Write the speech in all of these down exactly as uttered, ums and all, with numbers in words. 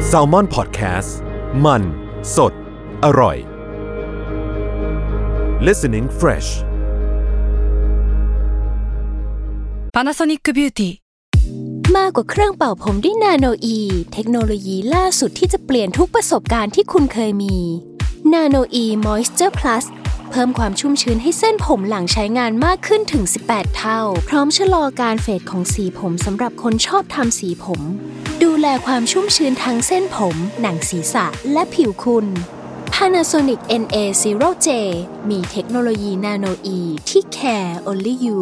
Salmon Podcast มันสดอร่อย Listening Fresh Panasonic Beauty มากกว่าเครื่องเป่าผมด้วยนาโนอีเทคโนโลยีล่าสุดที่จะเปลี่ยนทุกประสบการณ์ที่คุณเคยมีนาโนอีมอยส์เจอร์พลัสเพิ่มความชุ่มชื้นให้เส้นผมหลังใช้งานมากขึ้นถึงสิบแปดเท่าพร้อมชะลอการเฟดของสีผมสำหรับคนชอบทำสีผมดูแลความชุ่มชื้นทั้งเส้นผมหนังศีรษะและผิวคุณ Panasonic เอ็น เอ ศูนย์ เจ มีเทคโนโลยีนาโนอีที่ care only you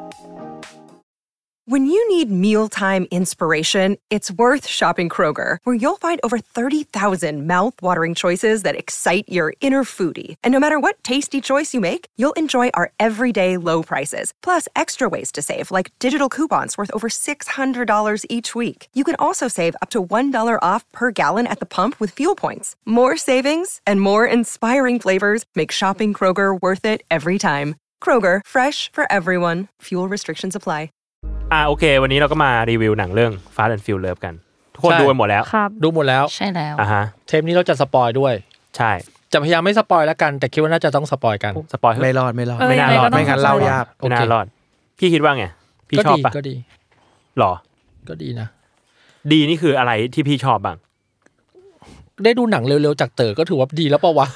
When you need mealtime inspiration, it's worth shopping Kroger, where you'll find over thirty thousand mouth-watering choices that excite your inner foodie. And no matter what tasty choice you make, you'll enjoy our everyday low prices, plus extra ways to save, like digital coupons worth over six hundred dollars each week. You can also save up to one dollar off per gallon at the pump with fuel points. More savings and more inspiring flavors make shopping Kroger worth it every time. Kroger, fresh for everyone. Fuel restrictions apply. อ่าโอเควันนี้เราก็มารีวิวหนังเรื่อง Fast and Furious กันทุกคนดูกันหมดแล้วครับดูหมดแล้วใช่แล้วอ่าฮะเทปนี้เราจะสปอยด้วยใช่จะพยายามไม่สปอยแล้วกันแต่คิดว่าน่าจะต้องสปอยกันสปอยไม่รอดไม่รอดไม่น่ารอดไม่งั้นเล่ายากไม่น่ารอดพี่คิดว่าไงพี่ชอบปะก็ดีหรอก็ดีนะดีนี่คืออะไรที่พี่ชอบบ้างได้ดูหนังเร็วๆจากเต๋อก็ถือว่าดีแล้วป่ะวะ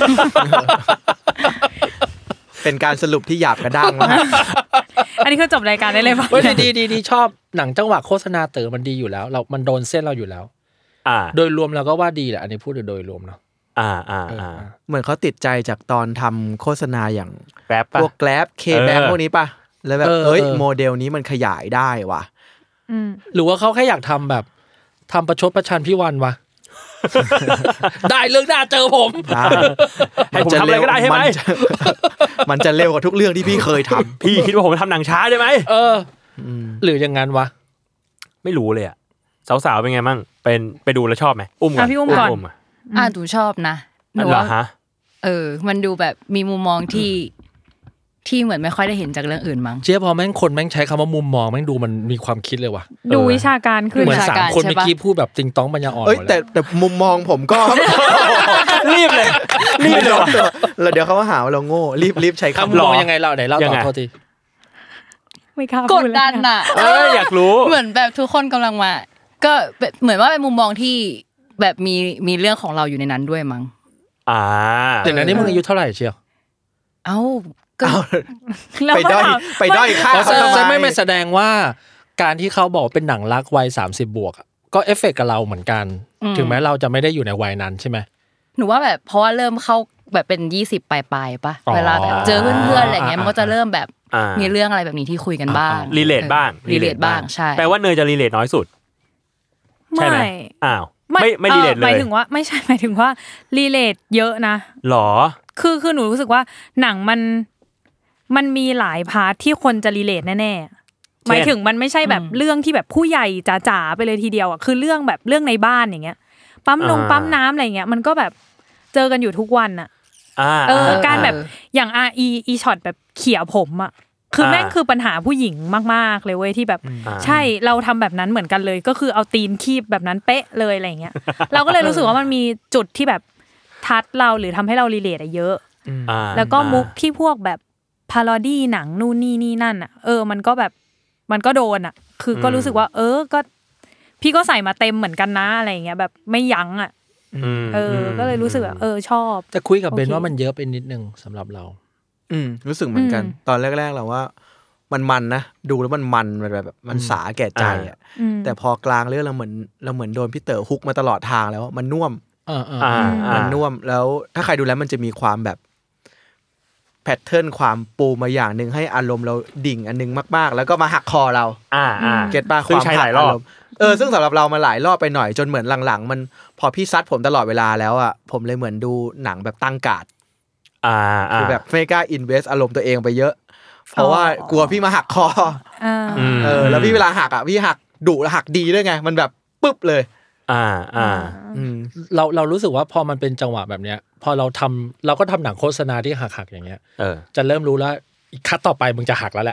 เป็นการสรุปที่หยาบกระด้างมากอันนี้คือจบรายการได้เลยป่ะเฮ้ยดีๆๆชอบหนังจังหวะโฆษณาเต๋อมันดีอยู่แล้วเรามันโดนเส้นเราอยู่แล้วอ่าโดยรวมเราก็ว่าดีแหละอันนี้พูดโดยรวมเนาะอ่าๆๆเหมือนเขาติดใจจากตอนทำโฆษณาอย่าง Grab พวก Grab K-Bank พวกนี้ป่ะแล้วแบบเอ้ยโมเดลนี้มันขยายได้ว่ะหรือว่าเขาแค่อยากทำแบบทำประชดประชันพี่วันวะได้เรื่องหน้าเจอผมให้ผมทำอะไรก็ได้ใช่ไหมมันจะเร็วกว่าทุกเรื่องที่พี่เคยทำพี่คิดว่าผมทำหนังช้าใช่ไหมเออหรืออย่างนั้นวะไม่รู้เลยอ่ะสาวๆเป็นไงมั่งเป็นไปดูแล้วชอบไหมอุ้มก่อนพี่อุ้มก่อนอ่ะดูชอบนะหนูว่าเออมันดูแบบมีมุมมองที่ที่เหมือนไม่ค่อยได้เห็นจากเรื่องอื่นมั้งเชื่อพอแม่งคนแม่งใช้คำว่ามุมมองแม่งดูมันมีความคิดเลยว่ะดูวิชาการขึ้นเหมือนสามคนเมื่อกี้พูดแบบติงต้องปัญญาอ่อนเอ้ยแต่แต่มุมมองผมก็รีบเลยรีบเลยแล้วเดี๋ยวเขาหาว่าเราโง่รีบรีบใช้คำมองยังไงเราไหนเล่าต่อโทษทีไม่ครับกดดันน่ะเอออยากรู้เหมือนแบบทุกคนกำลังมาก็เหมือนว่าเป็นมุมมองที่แบบมีมีเรื่องของเราอยู่ในนั้นด้วยมั้งอ่าแต่นั้นนี่มึงอายุเท่าไหร่เชียวเอ้าไปด้อยไปด้อยค่าจะไม่ไม่แสดงว่าการที่เขาบอกเป็นหนังรักวัยสามสิบบวกก็เอฟเฟคกับเราเหมือนกันถึงแม้เราจะไม่ได้อยู่ในวัยนั้นใช่ไหมหนูว่าแบบเพราะว่าเริ่มเข้าแบบเป็นยี่สิบปลายๆป่ะเวลาแบบเจอเพื่อนๆอะไรเงี้ยมันก็จะเริ่มแบบมีเรื่องอะไรแบบนี้ที่คุยกันบ้างรีเลทบ้างรีเลทบ้างใช่แปลว่าเนยจะรีเลทน้อยสุดใช่ไหมอ้าวไม่ไม่รีเลทเลยหมายถึงว่าไม่ใช่หมายถึงว่ารีเลทเยอะนะหรอคือคือหนูรู้สึกว่าหนังมันมันมีหลายพาร์ทที่คนจะรีเลทแน่ๆหมายถึงมันไม่ใช่แบบเรื่องที่แบบผู้ใหญ่จ๋าๆไปเลยทีเดียวอ่ะคือเรื่องแบบเรื่องในบ้านอย่างเงี้ยปั๊มนงปั๊มน้ำอะไรเงี้ยมันก็แบบเจอกันอยู่ทุกวันอ่ะเออการแบบอย่างอาอีอีช็อตแบบเขี่ยผมอ่ะคือแม่งคือปัญหาผู้หญิงมากๆเลยเว้ยที่แบบใช่เราทำแบบนั้นเหมือนกันเลยก็คือเอาตีนคีบแบบนั้นเป๊ะเลยอะไรเงี้ยเราก็เลยรู้สึกว่ามันมีจุดที่แบบทัดเราหรือทำให้เรารีเลทเยอะแล้วก็มุกที่พวกแบบพาโรดี้หนังนู่นนี่นี่นั่นอ่ะเออมันก็แบบมันก็โดนอ่ะคือก็รู้สึกว่าเออก็พี่ก็ใส่มาเต็มเหมือนกันนะอะไรอย่างเงี้ยแบบไม่ยั้งอ่ะเออก็เลยรู้สึกว่าเออชอบแต่คุยกับเบนว่ามันเยอะไปนิดนึงสำหรับเราอืมรู้สึกเหมือนกันตอนแรกๆเราว่ามันมันนะดูแล้วมันมันแบบมันสาแก่ใจอ่ะแต่พอกลางเรื่องเราเหมือนเราเหมือนโดนพี่เต๋อฮุกมาตลอดทางแล้วมันน่วมอ่ามันน่วมแล้วถ้าใครดูแล้วมันจะมีความแบบแพทเทิร์นความปูมาอย่างนึงให้อารมณ์เราดิ่งอันนึงมากๆแล้วก็มาหักคอเราอ่าเก็ทป่ะความหลายรอบเออซึ่งสำหรับเรามาหลายรอบไปหน่อยจนเหมือนหลังๆมันพอพี่ซัดผมตลอดเวลาแล้วอ่ะผมเลยเหมือนดูหนังแบบตั้งการ์ดอ่าคือแบบไม่กล้าอินเวสอารมณ์ตัวเองไปเยอะเพราะว่ากลัวพี่มาหักคอเออแล้วพี่เวลาหักอ่ะพี่หักดุแล้วหักดีด้วยไงมันแบบปึ๊บเลยอ่าอ่าเราเรารู้สึกว่าพอมันเป็นจังหวะแบบเนี้ยพอเราทำเราก็ทำหนังโฆษณาที่หักๆอย่างเงี้ยจะเริ่มรู้แล้วอีกคัทต่อไปมึงจะหักแล้วแหละ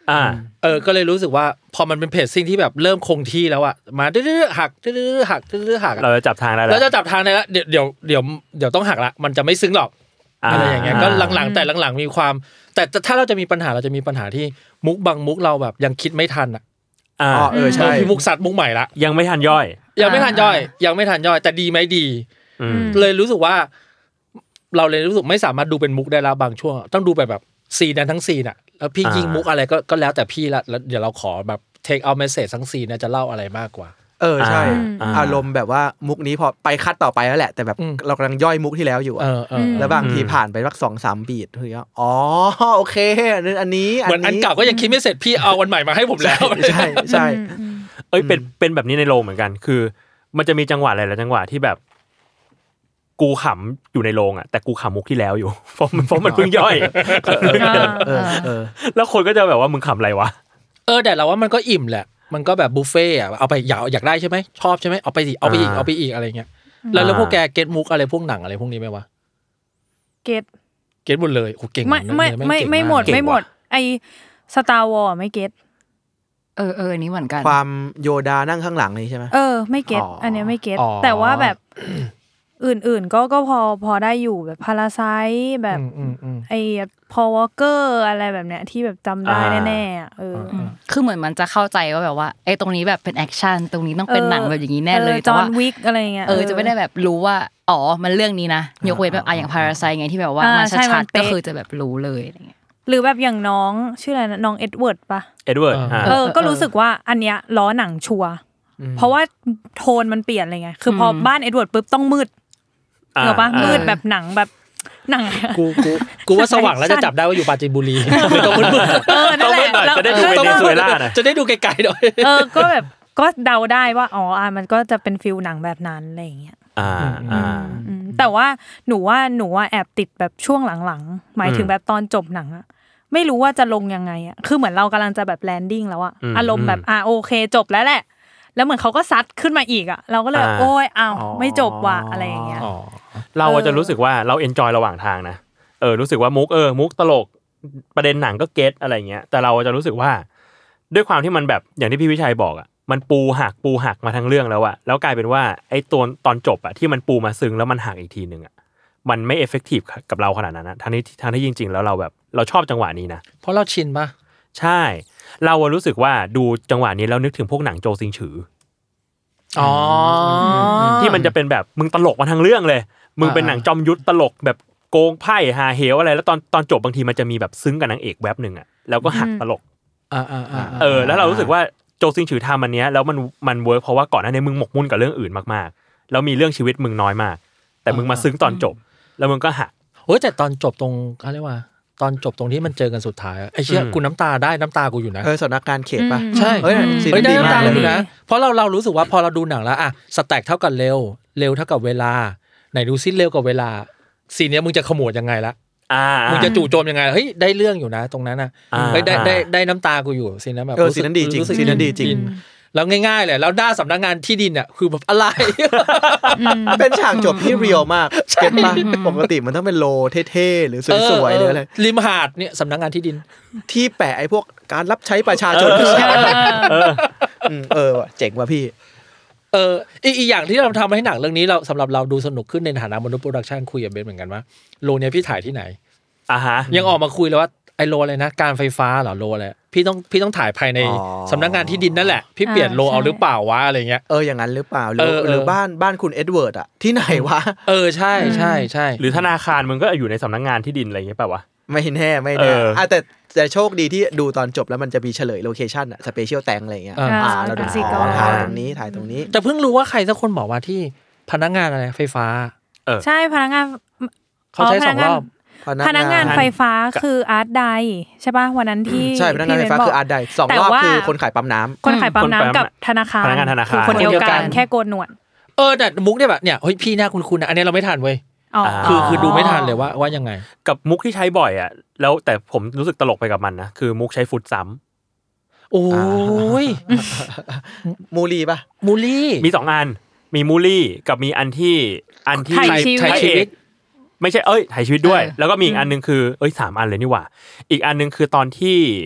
อ่าเออก็เลยรู้สึกว่าพอมันเป็นเพจซิ่งที่แบบเริ่มคงที่แล้วอะมาดื้อๆหักดื้อๆหักดื้อๆหักเราจะจับทางได้แล้วเราจะจับทางได้แล้วเดี๋ยวเดี๋ยวเดี๋ยวเดี๋ยวต้องหักละมันจะไม่ซึ้งหรอกอะไรอย่างเงี้ยก็หลังๆแต่หลังๆมีความแต่ถ้าเราจะมีปัญหาเราจะมีปัญหาที่มุกบางมุกเราแบบยังคิดไม่ทันอ่ะอ๋อเอออใช่พี่มุกซัดมุกใหม่ละยังไม่ทันย่อยยังไม่ทันย่อยยังไม่ทันย่อยแต่ดีไหมดีเลยรู้สึกว่าเราเลยรู้สึกไม่สามารถดูเป็นมุกได้แล้วบางช่วงต้องดูแบบแบบซีนนั้นทั้งซีนอ่ะแล้วพี่ยิงมุกอะไรก็ก็แล้วแต่พี่ละแล้วเดี๋ยวเราขอแบบ take out message ทั้งซีนนะจะเล่าอะไรมากกว่าเออใช่อารมณ์แบบว่ามุกนี้พอไปคัดต่อไปแล้วแหละแต่แบบเรากำลังย่อยมุกที่แล้วอยู่อ่ะแล้วบางทีผ่านไปสัก สองสาม บีทเฮ้ยอ๋อโอเคอันนี้อันนี้เหมือนอันเก่าก็ยังคิดไม่เสร็จพี่เอาวันใหม่มาให้ผมแล้วใช่ใช่เอ้ยเป็นเป็นแบบนี้ในโรงเหมือนกันคือมันจะมีจังหวะหลายๆจังหวะที่แบบกูขำอยู่ในโรงอ่ะแต่กูขำมุกที่แล้วอยู่เพราะมันเพราะมันเพิ่งย่อยเออเออแล้วคนก็จะแบบว่ามึงขำอะไรวะเออแต่เราว่ามันก็อิ่มแหละมันก็แบบบุฟเฟ่อะเอาไปอยากอยากได้ใช่ไหมชอบใช่ไหมเอาไปสิเอาไปอีกเอาไปอีกอะไรเงี้ยแล้วแล้วพวกแกเก็ตมุกอะไรพวกหนังอะไรพวกนี้ไหมวะเก็ตเก็ตหมดเลยโอ้เก่งไม่ไม่ไม่ไม่หมดไม่หมดไอสตาร์วอร์ไม่เก็ตเออเออนี้เหมือนกันความโยดานั่งข้างหลังนี่ใช่ไหมเออไม่เก็ตอันนี้ไม่เก็ตแต่ว่าแบบอื่นๆก็ก็พอพอได้อยู่แบบพาราไซต์แบบไอ้พอวอลเกอร์อะไรแบบเนี้ยที่แบบจำได้แน่ๆเออคือเหมือนมันจะเข้าใจว่าแบบว่าไอ้ตรงนี้แบบเป็นแอคชั่นตรงนี้ต้องเป็นหนังแบบอย่างนี้แน่เลยจอห์นวิกอะไรเงี้ยเออจะไม่ได้แบบรู้ว่าอ๋อมันเรื่องนี้นะยกเว้นแบบอ่ะอย่างพาราไซต์ไงที่แบบว่ามันชัดๆก็คือจะแบบรู้เลยอะไรเงี้ยหรือแบบอย่างน้องชื่ออะไรนะน้องเอ็ดเวิร์ดป่ะเอ็ดเวิร์ดเออก็รู้สึกว่าอันเนี้ยล้อหนังชัวร์เพราะว่าโทนมันเปลี่ยนอะไรเงี้ยคือพอบ้านเอ็ดเวิร์ดปุ๊บต้องมืดเหรอปะมืดแบบหนังแบบหนังกูกูกูว่าสว่างแล้วจะจับได้ว่าอยู่ปราจีนบุรีไม่ต้องมืดๆเออนั่นแหละจะได้ดูเวเนซุเอลาหน่อยจะได้ดูไกลๆหน่อยเออก็แบบก็เดาได้ว่าอ๋ออ่ะมันก็จะเป็นฟิลหนังแบบนั้นอะไรอย่างเงี้ยอ่าอ่าแต่ว่าหนูว่าหนูว่าแอบติดแบบช่วงหลังๆหมายถึงแบบตอนจบหนังอะไม่รู้ว่าจะลงยังไงอ่ะคือเหมือนเรากำลังจะแบบแลนดิ้งแล้วอะอารมณ์แบบอ่ะโอเคจบแล้วแหละแล้วเหมือนเขาก็ซัดขึ้นมาอีกอ่ะเราก็เลยโอ้ยอ้าวไม่จบว่ะอะไรอย่างเงี้ยเราจะรู้สึกว่าเราเอนจอยระหว่างทางนะเออรู้สึกว่ามุกเออมุกตลกประเด็นหนังก็เก็ตอะไรเงี้ยแต่เราจะรู้สึกว่าด้วยความที่มันแบบอย่างที่พี่วิชัยบอกอ่ะมันปูหักปูหักมาทั้งเรื่องแล้วอ่ะแล้วกลายเป็นว่าไอ้ตัวตอนจบอ่ะที่มันปูมาซึ้งแล้วมันหักอีกทีนึงอ่ะมันไม่เอฟเฟกตีฟกับเราขนาดนั้นนะทั้งที่ทั้งที่จริงๆแล้วเราแบบเราชอบจังหวะนี้นะเพราะเราชินป่ะใช่เรารู้สึกว่าดูจังหวะนี้แล้วนึกถึงพวกหนังโจซิงฉืออ๋อที่มันจะเป็นแบบมึงตลกมาทั้งเรื่องเลยมึงเป็นหนังจอมยุทธตลกแบบโกงไพ่หาเหวอะไรแล้วตอนตอนจบบางทีมันจะมีแบบซึ้งกับนางเอกแวบนึงอ่ะแล้วก็หักตลกอ่าๆๆเออแล้วเรารู้สึกว่าโจซิงฉือทำอันเนี้ยแล้วมันมันเวิร์คเพราะว่าก่อนหน้านี้มึงหมกมุ่นกับเรื่องอื่นมากๆแล้วมีเรื่องชีวิตมึงน้อยมากแต่มึงมาซึ้งตอนจบแล้วมึงก็หักโอ้ยแต่ตอนจบตรงเค้าเรียกว่าตอนจบตรงที่มันเจอกันสุดท้ายไอ้เชี่ยกูน้ำตาได้น้ำตากูอยู่นะเออสถานการณ์เขตป่ะใช่เฮ้ยซีนดีมากเลยนะเพราะเราเรารู้สึกว่าพอเราดูหนังแล้วอะสแต็กเท่ากับเร็วเร็วเท่ากับเวลาไหนดูซิเร็วกับเวลาซีนเนี้ยมึงจะขมวดยังไงละมึงจะจู่โจมยังไงเฮ้ยได้เรื่องอยู่นะตรงนั้นนะเฮ้ยได้ได้ได้น้ำตากูอยู่ซีนนั้นแบบเออซีนนั้นดีจริงซีนนั้นดีจริงแล้วง่ายๆเลยแล้วหน้าสำนักงานที่ดินอ่ะคือแบบอะไรเป็นฉากจบที่เรียลมากเก็ตป่ะปกติมันต้องเป็นโลเท่ๆหรือสวยๆหรืออะไรริมหาดเนี่ยสำนักงานที่ดินที่แปะไอ้พวกการรับใช้ประชาชนเออเออเจ๋งว่ะพี่เอออีกอย่างที่เราทำให้หนังเรื่องนี้เราสำหรับเราดูสนุกขึ้นในฐานะมนุษย์โปรดักชันคุยกับเบนเหมือนกันว่าโลเนี้ยพี่ถ่ายที่ไหนอ่าฮะยังออกมาคุยเลยว่าไอโลอะไรนะการไฟฟ้าเหรอโลอะไรพี่ต้องพี่ต้องถ่ายภายในสำนักงานที่ดินนั่นแหละพี่เปลี่ยนโลเอาหรือเปล่าวะอะไรเงี้ยเอออย่างนั้นหรือเปล่าหรือหรือบ้านบ้านคุณเอ็ดเวิร์ดอะที่ไหนวะเออใช่ใช่ใช่หรือธนาคารมึงก็อยู่ในสำนักงานที่ดินอะไรเงี้ยป่ะวะไม่แน่ไม่แน่อ่ะแต่แต่โชคดีที่ดูตอนจบแล้วมันจะมีเฉลยโลเคชั่นอะสเปเชียลแตงอะไรเงี้ยอ่าเราดูถ่ายตรงนี้ถ่ายตรงนี้แต่เพิ่งรู้ว่าใครสักคนบอกว่าที่พนักงานอะไรไฟฟ้าเออใช่พนักงานเขาใช้สองรอบพนักงานไฟฟ้าคืออาร์ตไดใช่ป่ะวันนั้นที่ใช่พนักงานไฟฟ้าคืออาร์ตไดสองรอบคือคนขายปั๊มน้ำคนขายปั๊มน้ำกับธนาคารคือคนเดียวกันแค่โกนหนวดเออแต่มุกเนี่ยแบบเนี่ยเฮ้ยพี่หน้าคุณคุณนะอันนี้เราไม่ทันเว้ยคือคือดูไม่ทันเลยว่าว่ายังไงกับมุกที่ใช้บ่อยอ่ะแล้วแต่ผมรู้สึกตลกไปกับมันนะคือมุกใช้ฟุตซ้ำโอ้ยมูลี่ป่ะมูลี่มีสองอันมีมูลี่กับมีอันที่อันที่ใช้ชีวิตไม่ใช่เอ้ยถ่ายชีวิตด้วยแล้วก็มีอีกอันนึงคือเอ้ยสามอันเลยนี่หว่าอีกอันนึงคือตอนที่ต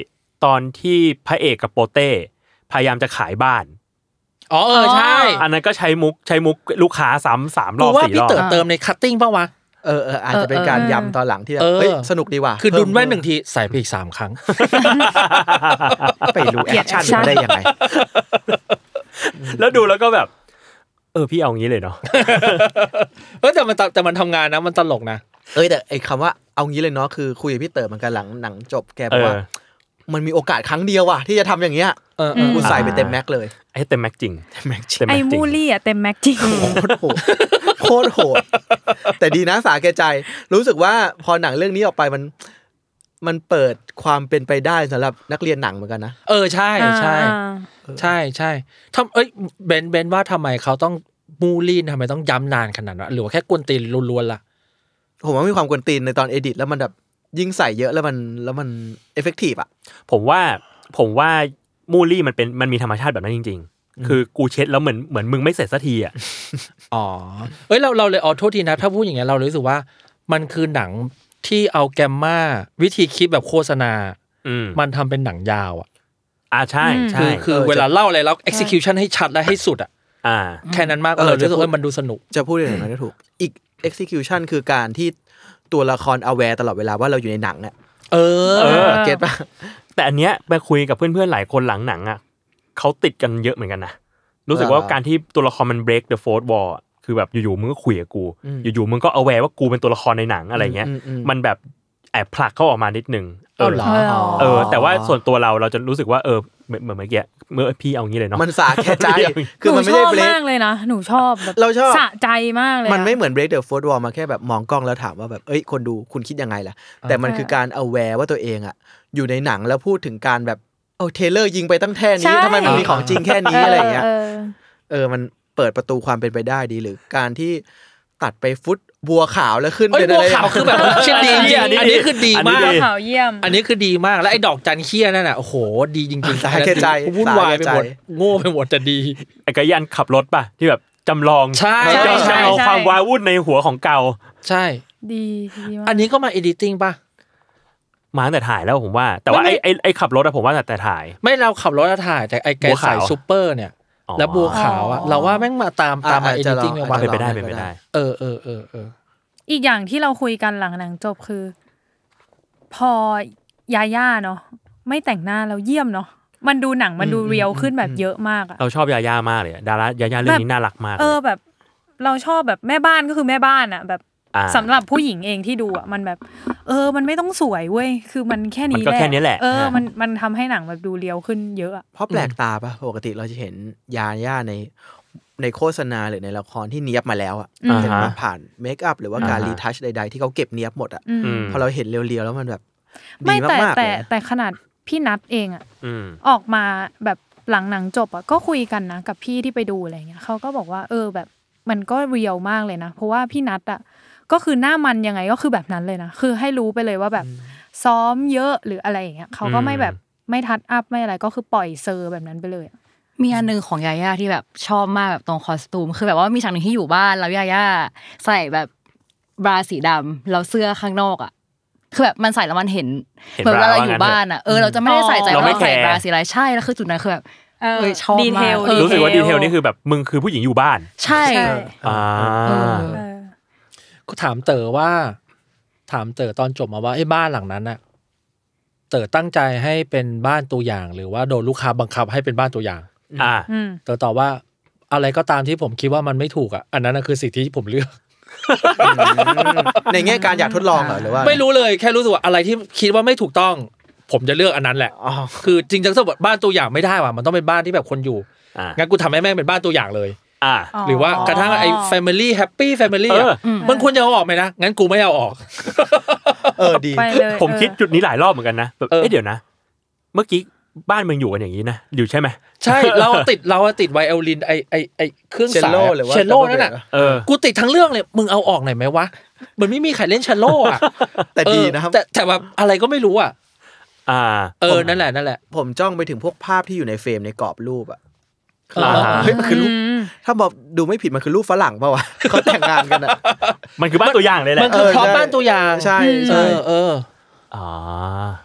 ตอนที่พระเอกกับโปเต้พยายามจะขายบ้านอ๋อเออใช่อันนั้นก็ใช้มุกใช้มุกลูกค้าซ้ำสามรอบสี่รอบว่าพี่เติร์ดเติมในคัตติ้งป่ะวะเออเอออาจจะเป็นการย้ำตอนหลังที่แบบเฮ้ยสนุกดีว่ะคือดุนแว่นหนึ่งทีใส่ไปอีกสามครั้งไปรู้แอคชั่นมาได้ยังไงแล้วดูแล้วก็แบบเออพี่เอางี้เลยเนาะเออแต่มันแต่มันทำงานนะมันตลกนะเอ้ยแต่ไอ้คำว่าเอางี้เลยเนาะคือคุยกับพี่เต๋อเหมือนกันหลังหนังจบแกบอกว่ามันมีโอกาสครั้งเดียวว่ะที่จะทำอย่างเงี้ยกูใส่ไปเต็มแม็กเลยไอ้เต็มแม็กจริงเต็มแม็กจริงไอ้มูลี่อ่ะเต็มแม็กจริงโคตรโหดโคตรโหดแต่ดีนะสาแก่ใจรู้สึกว่าพอหนังเรื่องนี้ออกไปมันมันเปิดความเป็นไปได้สำหรับนักเรียนหนังเหมือนกันนะเออใช่ใช่ใช่ใช่ทำเอ้ยเบนเบนว่าทำไมเขาต้องมูลี่ทำไมต้องย้ำนานขนาดนั้นหรือว่าแค่กวนตีนล้วนๆล่ะผมว่ามีความกวนตีนในตอนเอดิตแล้วมันแบบยิ่งใส่เยอะแล้วมันแล้วมันเอฟเฟกตีฟอ่ะผมว่าผมว่ามูลี่มันเป็นมันมีธรรมชาติแบบนั้นจริงๆคือกูเช็ดแล้วเหมือนเหมือนมึงไม่เสร็จสักทีอ่ะอ๋อเอ้ยเราเราเลยอ๋อโทษทีนะถ้าพูดอย่างเงี้ยเรารู้สึกว่ามันคือหนังที่เอาแกมมาวิธีคิดแบบโฆษณามันทำเป็นหนังยาวอ่ะอ่าใช่ใช่คือคือเวลาเล่าอะไรแล้ว execution ให้ชัดและให้สุดอ่ะอ่าแค่นั้นมากเลยรู้สึกว่ามันดูสนุกจะพูดอย่างนั้นก็ถูกอีก execution คือการที่ตัวละคร aware ตลอดเวลาว่าเราอยู่ในหนังอ่ะเออเก็ทป่ะแต่อันเนี้ยไปคุยกับเพื่อนๆหลายคนหลังหนังอ่ะเขาติดกันเยอะเหมือนกันนะรู้สึกว่าการที่ตัวละครมัน break the fourth wall คือแบบอยู่ๆมึงก็คุยกับกูอยู่ๆมึงก็ aware ว่ากูเป็นตัวละครในหนังอะไรเงี้ยมันแบบแอบผลักเข้าออกมานิดนึงเออเออแต่ว่าส่วนตัวเราเราจะรู้สึกว่าเออเหมือนเมื่อกี้เมื่อพี่เอางี้เลยเนาะมันสะแค่ใจคือมันไม่ได้ break มากเลยนะหนูชอบแบบเราชอบสะใจมากเลยมันไม่เหมือน break the fourth wall มาแค่แบบมองกล้องแล้วถามว่าแบบเอ้ยคนดูคุณคิดยังไงล่ะแต่มันคือการ aware ว่าตัวเองอ่ะอยู่ในหนังแล้วพูดถึงการแบบโอ้เทเลอร์ยิงไปตั้งแค่นี้ทำไมมันมีของจริงแค่นี้อะไรอย่างเงี้ยเออมันเปิดประตูความเป็นไปได้ดีหรือการที่ตัดไปฟุตบัวขาวแล้วขึ้นเป็นอะไรบัวขาวคือแบบชิ้นดีจริงอันนี้คือดีมากบัวขาวเยี่ยมอันนี้คือดีมากแล้วไอ้ดอกจันเขี้ยนั่นน่ะโอ้โหดีจริงๆสาแก่ใจวุ่นวายไปหมดโง่ไปหมดแต่ดีไอ้กะยันขับรถป่ะที่แบบจำลองใช่จำลองความว้าวุ่นในหัวของเก่าใช่ดีดีมากอันนี้ก็มาเอดิติ้งป่ะมาตั้งแต่ถ่ายแล้วผมว่าแต่ว่าไอ้ไอ้ไอ้ขับรถอะผมว่าแต่ถ่ายไม่เราขับรถถ่ายแต่ไอ้แกใส่ซูเปอร์เนี่ยแล้วบัวขาวอ่ะเราว่าแม่งมาตามตามมาเอดิติ้งเลยว่าเป็นไปได้เป็นไปได้เออเออเออเอออีกอย่างที่เราคุยกันหลังหนังจบคือพอยาย่าเนาะไม่แต่งหน้าแล้วเยี่ยมเนาะมันดูหนังมันดูเรียลขึ้นแบบเยอะมากอ่ะเราชอบยาย่ามากเลยดารายาย่าเรื่องนี้น่ารักมากเออแบบเราชอบแบบแม่บ้านก็คือแม่บ้านอ่ะแบบสำหรับผู้หญิงเองที่ดูอ่ะมันแบบเออมันไม่ต้องสวยเว้ยคือมันแค่นี้แหละมันก็แค่นี้แหละเออมันมันทำให้หนังแบบดูเรียวขึ้นเยอะอ่ะเพราะแปลกตาป่ะปกติเราจะเห็นยาย่าในในโฆษณาหรือในละครที่เนียบมาแล้วอ่ะเห็นมาผ่านเมคอัพหรือว่าการรีทัชใดๆที่เขาเก็บเนียบหมดอ่ะพอเราเห็นเรียวๆแล้วมันแบบดีมากๆแต่แต่ขนาดพี่นัทเองอ่ะออกมาแบบหลังหนังจบอ่ะก็คุยกันนะกับพี่ที่ไปดูอะไรเงี้ยเขาก็บอกว่าเออแบบมันก็เรียลมากเลยนะเพราะว่าพี่นัทอ่ะก็คือหน้ามันยังไงก็คือแบบนั้นเลยนะคือให้รู้ไปเลยว่าแบบซ้อมเยอะหรืออะไรอย่างเงี้ยเขาก็ไม่แบบไม่ทัดอัพไม่อะไรก็คือปล่อยเซอร์แบบนั้นไปเลยมีอันนึงของยาย่าที่แบบชอบมากแบบตรงคอสตูมคือแบบว่ามีฉากนึงที่อยู่บ้านแล้วยาย่าใส่แบบบราสีดำแล้วเสื้อข้างนอกอ่ะคือแบบมันใส่แล้วมันเห็นเหมือนเวลาเราอยู่บ้านอ่ะเออเราจะไม่ได้ใส่ใจว่าใส่บราสีอะไรใช่แล้วคือจุดนั้นคือแบบเออชอบมากรู้สึกว่าดีเทลนี่คือแบบมึงคือผู้หญิงอยู่บ้านใช่อ่าก็ถามเต๋อว่าถามเต๋อตอนจบมาว่าไอ้บ้านหลังนั้นน่ะเต๋อตั้งใจให้เป็นบ้านตัวอย่างหรือว่าโดนลูกค้าบังคับให้เป็นบ้านตัวอย่างอ่าเต๋อตอบว่าอะไรก็ตามที่ผมคิดว่ามันไม่ถูกอ่ะอันนั้นน่ะคือสิ่งที่ผมเลือกในแง่การอยากทดลองเหรอหรือว่าไม่รู้เลยแค่รู้สึกว่าอะไรที่คิดว่าไม่ถูกต้องผมจะเลือกอันนั้นแหละคือจริงจังสมบัติบ้านตัวอย่างไม่ได้ว่ะมันต้องเป็นบ้านที่แบบคนอยู่งั้นกูทำให้แม่งเป็นบ้านตัวอย่างเลยอ่าหรือว่ากระทั่งไอ้ family happy family อ่ะมันควรจะเอาออกไหมนะงั้นกูไม่เอาออกเออดีผมคิดจุดนี้หลายรอบเหมือนกันนะแบบเอ๊ะเดี๋ยวนะเมื่อกี้บ้านมึงอยู่กันอย่างนี้นะอยู่ใช่ไหมใช่เราติดเราติดไวโอลินไอไอไอเครื่องสายเชลโล่นั่นน่ะกูติดทั้งเรื่องเลยมึงเอาออกหน่อยไหมวะมันไม่มีใครเล่นเชลโล่อ่ะแต่ดีนะครับแต่แต่แบบอะไรก็ไม่รู้อ่ะอ่าเออนั่นแหละนั่นแหละผมจ้องไปถึงพวกภาพที่อยู่ในเฟรมในกรอบรูปอ่ะเฮ้ยมันคือรูปถ้าบอกดูไม่ผิดมันคือรูปฝรั่งป่าววะเขาแต่งงานกันอ่ะมันคือบ้านตัวอย่างเลยแหละมันคือพร็อพบ้านตัวอย่างใช่ใช่เอออ๋อ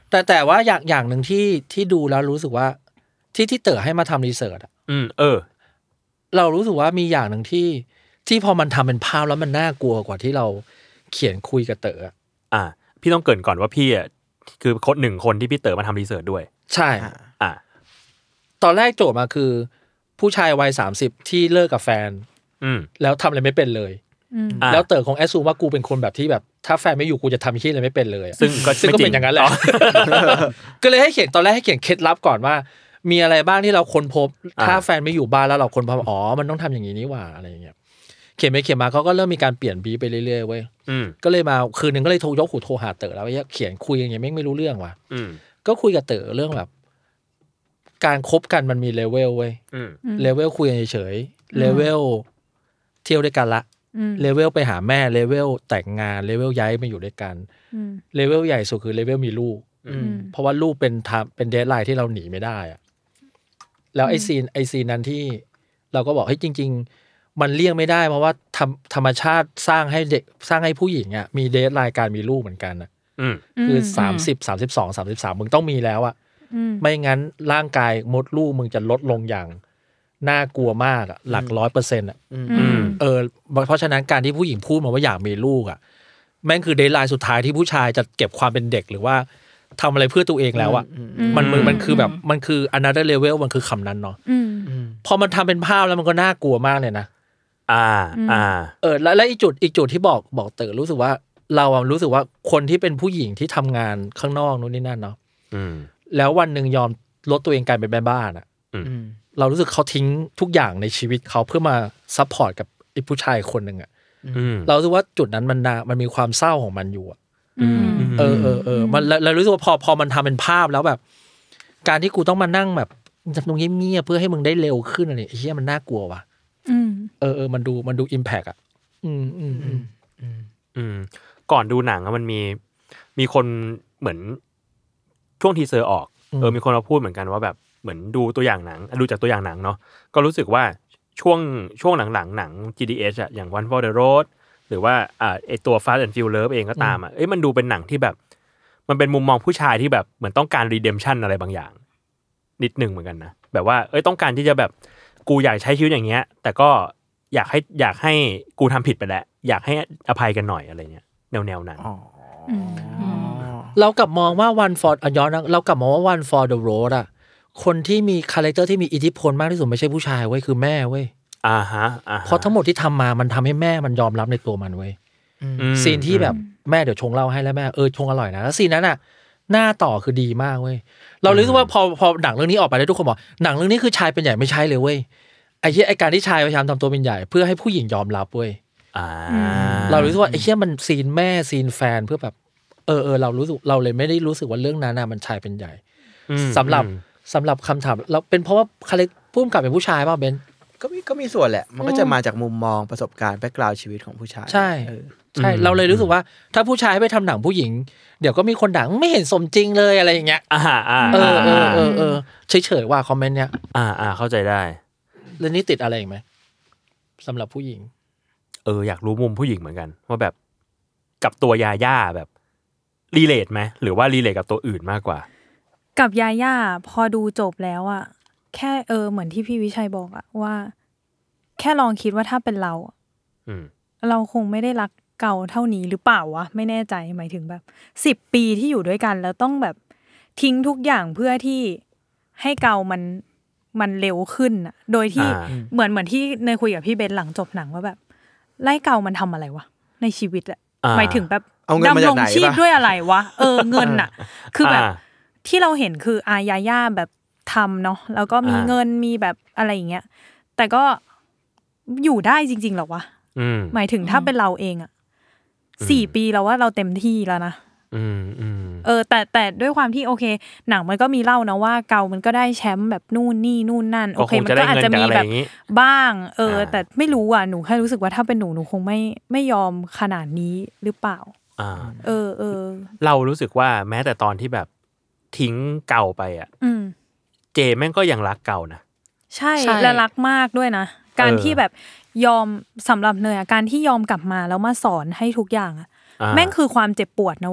แต่แต่ว่าอย่างอย่างหนึ่งที่ที่ดูแล้วรู้สึกว่าที่ที่เต๋อให้มาทำรีเสิร์ชอ่ะอืมเออเรารู้สึกว่ามีอย่างหนึ่งที่ที่พอมันทำเป็นภาพแล้วมันน่ากลัวกว่าที่เราเขียนคุยกับเต๋ออ่าพี่ต้องเกริ่นก่อนว่าพี่อ่ะคือคนหนึ่งคนที่พี่เต๋อมาทำรีเสิร์ชด้วยใช่อ่าตอนแรกโจทย์มาคือผู้ชายวัยสามสิบที่เลิกกับแฟนอืมแล้วทำอะไรไม่เป็นเลยแล้วเต๋อคงแอสซูมว่ากูเป็นคนแบบที่แบบถ้าแฟนไม่อยู่กูจะทำที่อะไรไม่เป็นเลยซึ่งก็ซึ่งก็เป็นอย่างนั้นแหละก็เลยให้เขียนตอนแรกให้เขียนเคล็ดลับก่อนว่ามีอะไรบ้างที่เราค้นพบถ้าแฟนไม่อยู่บ้านแล้วเราค้นพบอ๋อมันต้องทำอย่างนี้นี่หว่าอะไรอย่างเงี้ยเขียนไปเขียนมาเขาก็เริ่มมีการเปลี่ยนบีไปเรื่อยๆเว้ยก็เลยมาคืนนึงก็เลยโทรยกหูโทรหาเต๋อแล้วว่าเขียนคุยอย่างเงี้ยไม่ไม่รู้เรื่องว่ะก็คุยกับเต๋อเรื่องแบบการคบกันมันมีเลเวลเว้ยเลเวลคุยกันเฉยๆเลเวลเที่ยวด้วยกันละเลเวลไปหาแม่เลเวลแต่งงานเลเวลย้ายมาอยู่ด้วยกันเลเวลใหญ่สุดคือเลเวลมีลูกเพราะว่าลูกเป็นทำเป็นเดดไลน์ที่เราหนีไม่ได้อะแล้วไอซีนไอซีนนั้นที่เราก็บอกให้จริงๆมันเลี่ยงไม่ได้เพราะว่าธรรมธรรมชาติสร้างให้เด็กสร้างให้ผู้หญิงอ่ะมีเดดไลน์การมีลูกเหมือนกันอ่ะคือสามสิบ สามสิบสอง สามสิบสามมึงต้องมีแล้วอ่ะไม่งั้นร่างกายมดลูกมึงจะลดลงอย่างน่ากลัวมากอ่ะหลักร้อยเปอร์เซ็นต์อ่ะเออเพราะฉะนั้นการที่ผู้หญิงพูดมาว่าอยากมีลูกอ่ะแม่งคือเดดไลน์สุดท้ายที่ผู้ชายจะเก็บความเป็นเด็กหรือว่าทำอะไรเพื่อตัวเองแล้วอ่ะมันมันมันคือแบบมันคือ another level มันคือคำนั้นเนาะพอมันทำเป็นภาพแล้วมันก็น่ากลัวมากเลยนะอ่าอ่าเออแล้วแล้วอีกจุดอีกจุดที่บอกบอกเต๋อรู้สึกว่าเราอ่ะรู้สึกว่าคนที่เป็นผู้หญิงที่ทำงานข้างนอกนู้นนี่นั่นเนาะแล้ววันหนึ่งยอมลดตัวเองกลายเป็นแม่บ้านอ่ะเรารู้สึกเขาทิ้งทุกอย่างในชีวิตเขาเพื่อมาซัพพอร์ตกับไอ้ผู้ชายคนหนึ่งอ่ะเรารู้สึกว่าจุดนั้นมันมันมีความเศร้าของมันอยู่อ่ะเออเออเออมันเรารู้สึกว่าพอพอมันทำเป็นภาพแล้วแบบการที่กูต้องมานั่งแบบตรงเงียบๆเพื่อให้มึงได้เร็วขึ้นอะไรไอ้เหี้ยมันน่ากลัวว่ะเออเออมันดูมันดูอิมแพคอ่ะอืมอืมอืมอืมก่อนดูหนังมันมีมีคนเหมือนช่วงทีเซอร์ออกเออมีคนมาพูดเหมือนกันว่าแบบเหมือนดูตัวอย่างหนังดูจากตัวอย่างหนังเนาะก็รู้สึกว่าช่วงช่วงหลังๆหนัง จี ดี เอช อ่ะอย่าง One for the Road หรือว่าอ่าไอตัว Fast and Furious เองก็ตามอ่ะเอ้ยมันดูเป็นหนังที่แบบมันเป็นมุมมองผู้ชายที่แบบเหมือนต้องการ redemption อะไรบางอย่างนิดนึงเหมือนกันนะแบบว่าเอ้ยต้องการที่จะแบบกูอยากใช้ชีวิตอย่างเงี้ยแต่ก็อยากให้อยากให้กูทำผิดไปแล้วอยากให้อภัยกันหน่อยอะไรเงี้ยแนวๆนั้นเรากลับมองว่า One for ย้อนเรากลับมองว่า One for the Road อ่ะคนที่มีคาแรคเตอร์ที่มีอิทธิพลมากที่สุดไม่ใช่ผู้ชายเว้ยคือแม่เว้ยอ่าฮะอ่าเพราะทั้งหมดที่ทำมามันทำให้แม่มันยอมรับในตัวมันเว้ยซีนที่แบบแม่เดี๋ยวชงเหล้าให้แล้วแม่เออชงอร่อยนะแล้วซีนนั้นอ่ะหน้าต่อคือดีมากเว้ยเรารู้สึกว่าพอพอหนังเรื่องนี้ออกไปแล้วทุกคนบอกหนังเรื่องนี้คือชายเป็นใหญ่ไม่ใช่เลยเว้ยไอ้เหี้ยไอ้การที่ชายพยายามทำตัวเป็นใหญ่เพื่อให้ผู้หญิงยอมรับเว้ยเรารู้สึกว่าไอ้เหี้ยมันซีนแม่ซีนแฟนเพื่อแบบเออเออเรารู้สึกเราเลยไม่ได้รู้สึกว่าเรื่องนั้นน่ะมันชายเป็นใหญ่สำหรับสำหรับคำถามเราเป็นเพราะว่าคาแรคพุ่มกับเป็นผู้ชายป่ะเบนก็มีก็มีส่วนแหละมันก็จะมาจากมุมมองประสบการณ์แบ็คกราวด์ชีวิตของผู้ชายใช่ใช่เราเลยรู้สึกว่าถ้าผู้ชายไปทำหนังผู้หญิงเดี๋ยวก็มีคนด่าไม่เห็นสมจริงเลยอะไรอย่างเงี้ยอ่าอ่าเออเออเออเออเฉยๆว่าคอมเมนต์เนี้ยอ่าอ่าเข้าใจได้เรื่องนี้ติดอะไรอีกไหมสำหรับผู้หญิงเอออยากรู้มุมผู้หญิงเหมือนกันว่าแบบกับตัวยาย่าแบบรีเลทไหมหรือว่ารีเลทกับตัวอื่นมากกว่ากับยาย่าพอดูจบแล้วอะแค่เออเหมือนที่พี่วิชัยบอกอะว่าแค่ลองคิดว่าถ้าเป็นเราเราคงไม่ได้รักเก่าเท่านี้หรือเปล่าวะไม่แน่ใจหมายถึงแบบสิบปีที่อยู่ด้วยกันแล้วต้องแบบทิ้งทุกอย่างเพื่อที่ให้เก่ามันมันเร็วขึ้นอะโดยที่เหมือนเหมือนที่เนยคุยกับพี่เบนหลังจบหนังว่าแบบไล่เก่ามันทำอะไรวะในชีวิตอะหมายถึงแบบดำรงชีพด้วยอะไรวะเออเงินอะคือแบบที่เราเห็นคืออายาย่าแบบทำเนาะแล้วก็มีเงินมีแบบอะไรอย่างเงี้ยแต่ก็อยู่ได้จริงๆหรอวะหมายถึงถ้าเป็นเราเองอ่ะสี่ปีเราว่าเราเต็มที่แล้วนะเออแต่แต่ด้วยความที่โอเคหนังมันก็มีเล่านะว่าเกามันก็ได้แชมป์แบบนู่นนี่นู่นนั่นโอเคมันก็อาจจะมีแบบบ้างเออแต่ไม่รู้อ่ะหนูแค่รู้สึกว่าถ้าเป็นหนูหนูคงไม่ไม่ยอมขนาดนี้หรือเปล่าเออเออเรารู้สึกว่าแม้แต่ตอนที่แบบทิ้งเก่าไปอ่ะเจแม่งก็ยังรักเก่านะใช่และรักมากด้วยนะการที่แบบยอมสำหรับเนยอ่ะการที่ยอมกลับมาแล้วมาสอนให้ทุกอย่างอ่ะแม่งคือความเจ็บปวดนะเว้ย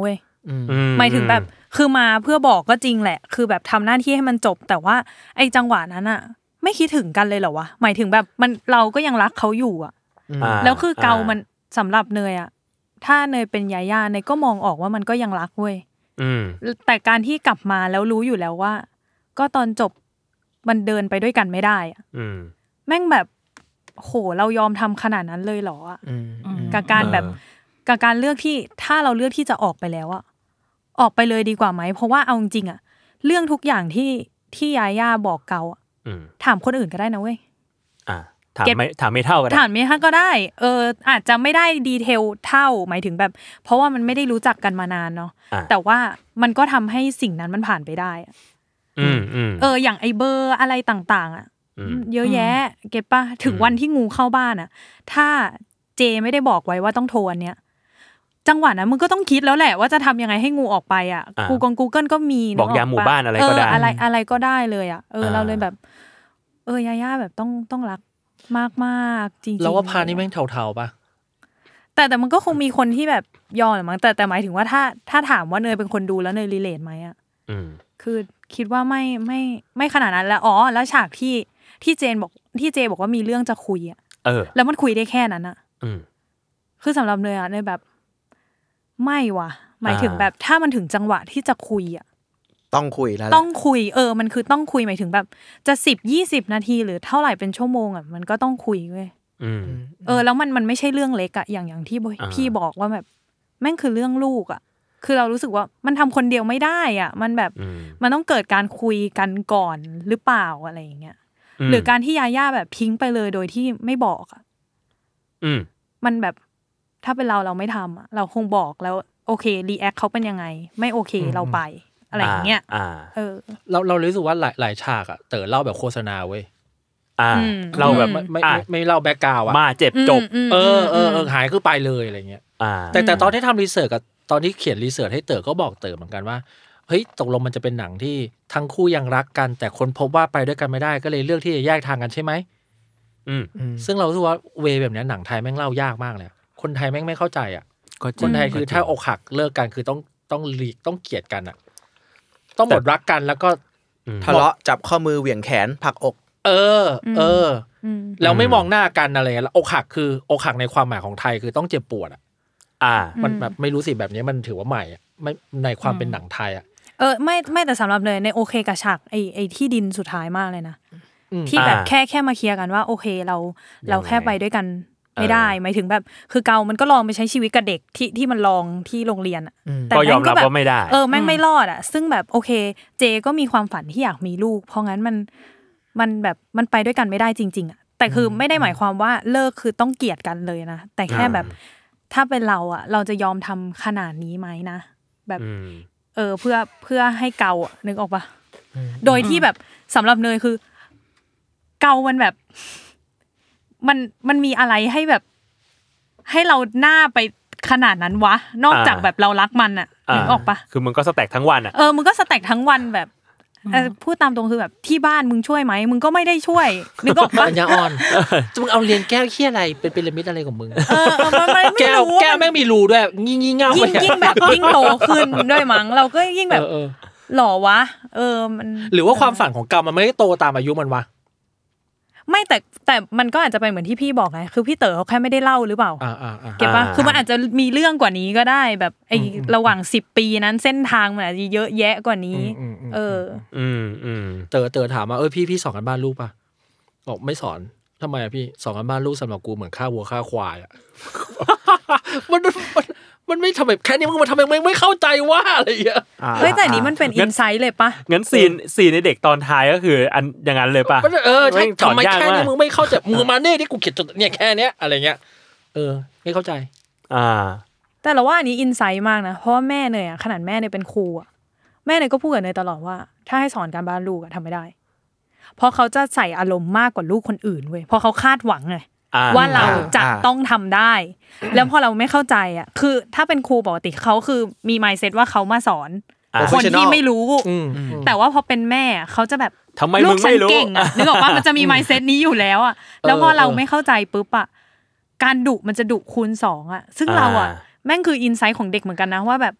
หมายถึงแบบคือมาเพื่อบอกก็จริงแหละคือแบบทำหน้าที่ให้มันจบแต่ว่าไอ้จังหวะนั้นอะไม่คิดถึงกันเลยเหรอวะหมายถึงแบบมันเราก็ยังรักเขาอยู่อะแล้วคือเกามันสำหรับเนยอะถ้าเนยเป็นยาย่าเนยก็มองออกว่ามันก็ยังรักเว้ยแต่การที่กลับมาแล้วรู้อยู่แล้วว่าก็ตอนจบมันเดินไปด้วยกันไม่ได้อะแม่งแบบโหเรายอมทำขนาดนั้นเลยเหรออ่ะกับการแบบกับการเลือกที่ถ้าเราเลือกที่จะออกไปแล้วอ่ะออกไปเลยดีกว่าไหมเพราะว่าเอาจริงๆอ่ะเรื่องทุกอย่างที่ที่ยาย่าบอกเกาอ่ะถามคนอื่นก็ได้นะเว้ยอ่าถามไม่ถามไม่เท่าก็ได้ถามไม่เท่าก็ได้เอออาจจะไม่ได้ดีเทลเท่าหมายถึงแบบเพราะว่ามันไม่ได้รู้จักกันมานานเนาะแต่ว่ามันก็ทำให้สิ่งนั้นมันผ่านไปได้อ่ะเอออย่างไอเบอร์อะไรต่างๆอ่ะเยอะแยะเก็ตป่ะถึงวันที่งูเข้าบ้านอ่ะถ้าเจไม่ได้บอกไว้ว่าต้องโทรอันเนี้ยจังหวะนั้นมึงก็ต้องคิดแล้วแหละว่าจะทำยังไงให้งูออกไปอ่ะกูกง Google ก็มีบอกยามหมู่บ้านอะไรก็ได้เอออะไรอะไรก็ได้เลยอ่ะเออเราเลยแบบเออยาย่าแบบต้องต้องรักมากๆจริงๆแล้วว่าพานี่แม่งเท่าๆป่ะแต่แต่มันก็คงมีคนที่แบบยอมมั้งแต่แต่หมายถึงว่าถ้าถ้าถามว่าเนยเป็นคนดูแล้วเนยรีเลทมั้ยอ่ะคือคิดว่าไม่ไม่ไม่ขนาดนั้นแล้วอ๋อแล้วฉากที่ที่เจนบอกที่เจบอกว่ามีเรื่องจะคุยอ่ะเออแล้วมันคุยได้แค่นั้นอ่ะอืมคือสำหรับเนยอ่ะเนยแบบไม่ว่ะหมายถึงแบบถ้ามันถึงจังหวะที่จะคุยอ่ะต้องคุยแล้วต้องคุยเออมันคือต้องคุยหมายถึงแบบจะสิบ ยี่สิบนาทีหรือเท่าไหร่เป็นชั่วโมงอ่ะมันก็ต้องคุยเว้ยอืมเออแล้วมันมันไม่ใช่เรื่องเล็กอ่ะอย่างอย่างที่พี่บอกว่าแบบแม่งคือเรื่องลูกอ่ะคือเรารู้สึกว่ามันทำคนเดียวไม่ได้อ่ะมันแบบมันต้องเกิดการคุยกันก่อนหรือเปล่าอะไรอย่างเงี้ยหรือการที่ยาย่าแบบทิ้งไปเลยโดยที่ไม่บอกอ่ะมันแบบถ้าเป็นเราเราไม่ทำอ่ะเราคงบอกแล้วโอเครีแอคเขาเป็นยังไงไม่โอเคเราไปอะไรอย่างเงี้ยเออเราเรารู้สึกว่าหลายหลายฉากอ่ะเต๋อเล่าแบบโฆษณาเว้ยอ่าเราแบบไม่ไม่ไม่เล่าแบ็คกราวด์อ่ะมาเจ็บจบเออเออเออหายคือไปเลยอะไรเงี้ยแต่แต่ตอนที่ทำรีเสิร์ชกับตอนที่เขียนรีเสิร์ชให้เต๋อก็บอกเต๋อเหมือนกันว่าเฮ้ยตกลงมันจะเป็นหนังที่ทั้งคู่ยังรักกันแต่คนพบว่าไปด้วยกันไม่ได้ก็เลยเลือกที่จะแยกทางกันใช่ไหมอืมซึ่งเรารู้สึกว่าเวแบบนี้หนังไทยแม่งเล่ายากมากเลยคนไทยแม่งไม่เข้าใจอ่ะคนไทยคือถ้าอกหักเลิกกันคือต้องต้องหลีกต้องเกลียดกันอ่ะต้องหมดรักกันแล้วก็ทะเลาะจับข้อมือเหวี่ยงแขนผลักอกเออเออแล้วไม่มองหน้ากันอะไรแล้วอกหักคืออกหักในความหมายของไทยคือต้องเจ็บปวดอ่ะอ่ามันแบบไม่รู้สิแบบนี้มันถือว่าใหม่อ่ะไม่ในความเป็นหนังไทยอ่ะเออไม่ไม่แต่สำหรับเลยในโอเคกับฉากไอไอที่ดินสุดท้ายมากเลยนะที่แบบแค่แค่มาเคลียร์กันว่าโอเคเราเราแค่ไปด้วยกันไม่ได้หมายถึงแบบคือเกามันก็ลองไปใช้ชีวิตกับเด็กที่ที่มันลองที่โรงเรียนอ่ะแต่ยอมรับว่าไม่ได้เออแม่งไม่รอดอ่ะซึ่งแบบโอเคเจก็มีความฝันที่อยากมีลูกเพราะงั้นมันมันแบบมันไปด้วยกันไม่ได้จริงๆอ่ะแต่คือไม่ได้หมายความว่าเลิกคือต้องเกลียดกันเลยนะแต่แค่แบบถ้าเป็นเราอ่ะเราจะยอมทำขนาดนี้ไหมนะแบบเออเพื่อเพื่อให้เกาอ่ะนึกออกปะโดยที่แบบสำหรับเนยคือเกามันแบบมันมันมีอะไรให้แบบให้เราหน้าไปขนาดนั้นวะนอกจากแบบเรารักมันอ่ะนึกออกปะคือมึงก็สแต็กทั้งวันอ่ะเออมึงก็สแต็กทั้งวันแบบพูดตามตรงคือแบบที่บ้านมึงช่วยไหมมึงก็ไม่ได้ช่วยนึกออกปะปัญญาอ่อนจะมึงเอาเรียนแก้วเหี้ยอะไรเป็นพีระมิดอะไรของมึงเออมันไม่รู้แก้วแก้วแม่งมีรูด้วยยิ่งยิ่งเงายิ่งยิ่งแบบยิ่งโตขึ้นด้วยมั้งเราก็ยิ่งแบบหล่อวะเออมันหรือว่าความฝันของกรรมมันไม่ได้โตตามอายุมันวะไม่แต่แต่มันก็อาจจะเป็นเหมือนที่พี่บอกไงคือพี่เต๋อเขาแค่ไม่ได้เล่าหรือเปล่าเก็บป่ะคือมันอาจจะมีเรื่องกว่านี้ก็ได้แบบไอ้ระหว่างสิบปีนั้นเส้นทางมันอาจจะเยอะแยะกว่านี้เอออืมอืมเต๋อเต๋อถามว่าเออพี่พี่สอนกันบ้านลูกป่ะบอกไม่สอนทำไมอ่ะพี่สอนกันบ้านลูกสำหรับกูเหมือนฆ่าวัวฆ่าควายอ่ะมันมันมันไม่ทำแบบแค่นี้มึงมาทำยังไม่เข้าใจว่าอะไรอย่างเงี้ยเฮ้ยแต่นี้มันเป็นอินไซต์เลยป่ะงั้นซีนซีนในเด็กตอนท้ายก็คืออันอย่างนั้นเลยป่ะเออทำไมแค่นี้มึงไม่เข้าใจมึงมาเนี่ยที่กูเขียนเนี่ยแค่เนี้ยอะไรเงี้ยเออไม่เข้าใจอ่าแต่เราว่าอันนี้อินไซต์มากนะเพราะว่าแม่เนยอ่ะขนาดแม่เนยเป็นครูอ่ะแม่เนยก็พูดกับเนยตลอดว่าถ้าให้สอนการบ้านลูกอ่ะทำไม่ได้เพราะเขาจะใส่อารมณ์มากกว่าลูกคนอื่นเว้ยเพราะเขาคาดหวังไงว่าเราจะต้องทำได้แล้วพอเราไม่เข้าใจอ่ะคือถ้าเป็นครูปกติเขาคือมี mindset ว่าเขามาสอนคนที่ไม่รู้แต่ว่าพอเป็นแม่เขาจะแบบทำไมมึงไม่รู้นึกออกป่ะมันจะมี mindset นี้อยู่แล้วอ่ะแล้วพอเราไม่เข้าใจปุ๊บอ่ะการดุมันจะดุคูณสองอ่ะซึ่งเราอ่ะแม่งคืออินไซต์ของเด็กเหมือนกันนะว่าแบบ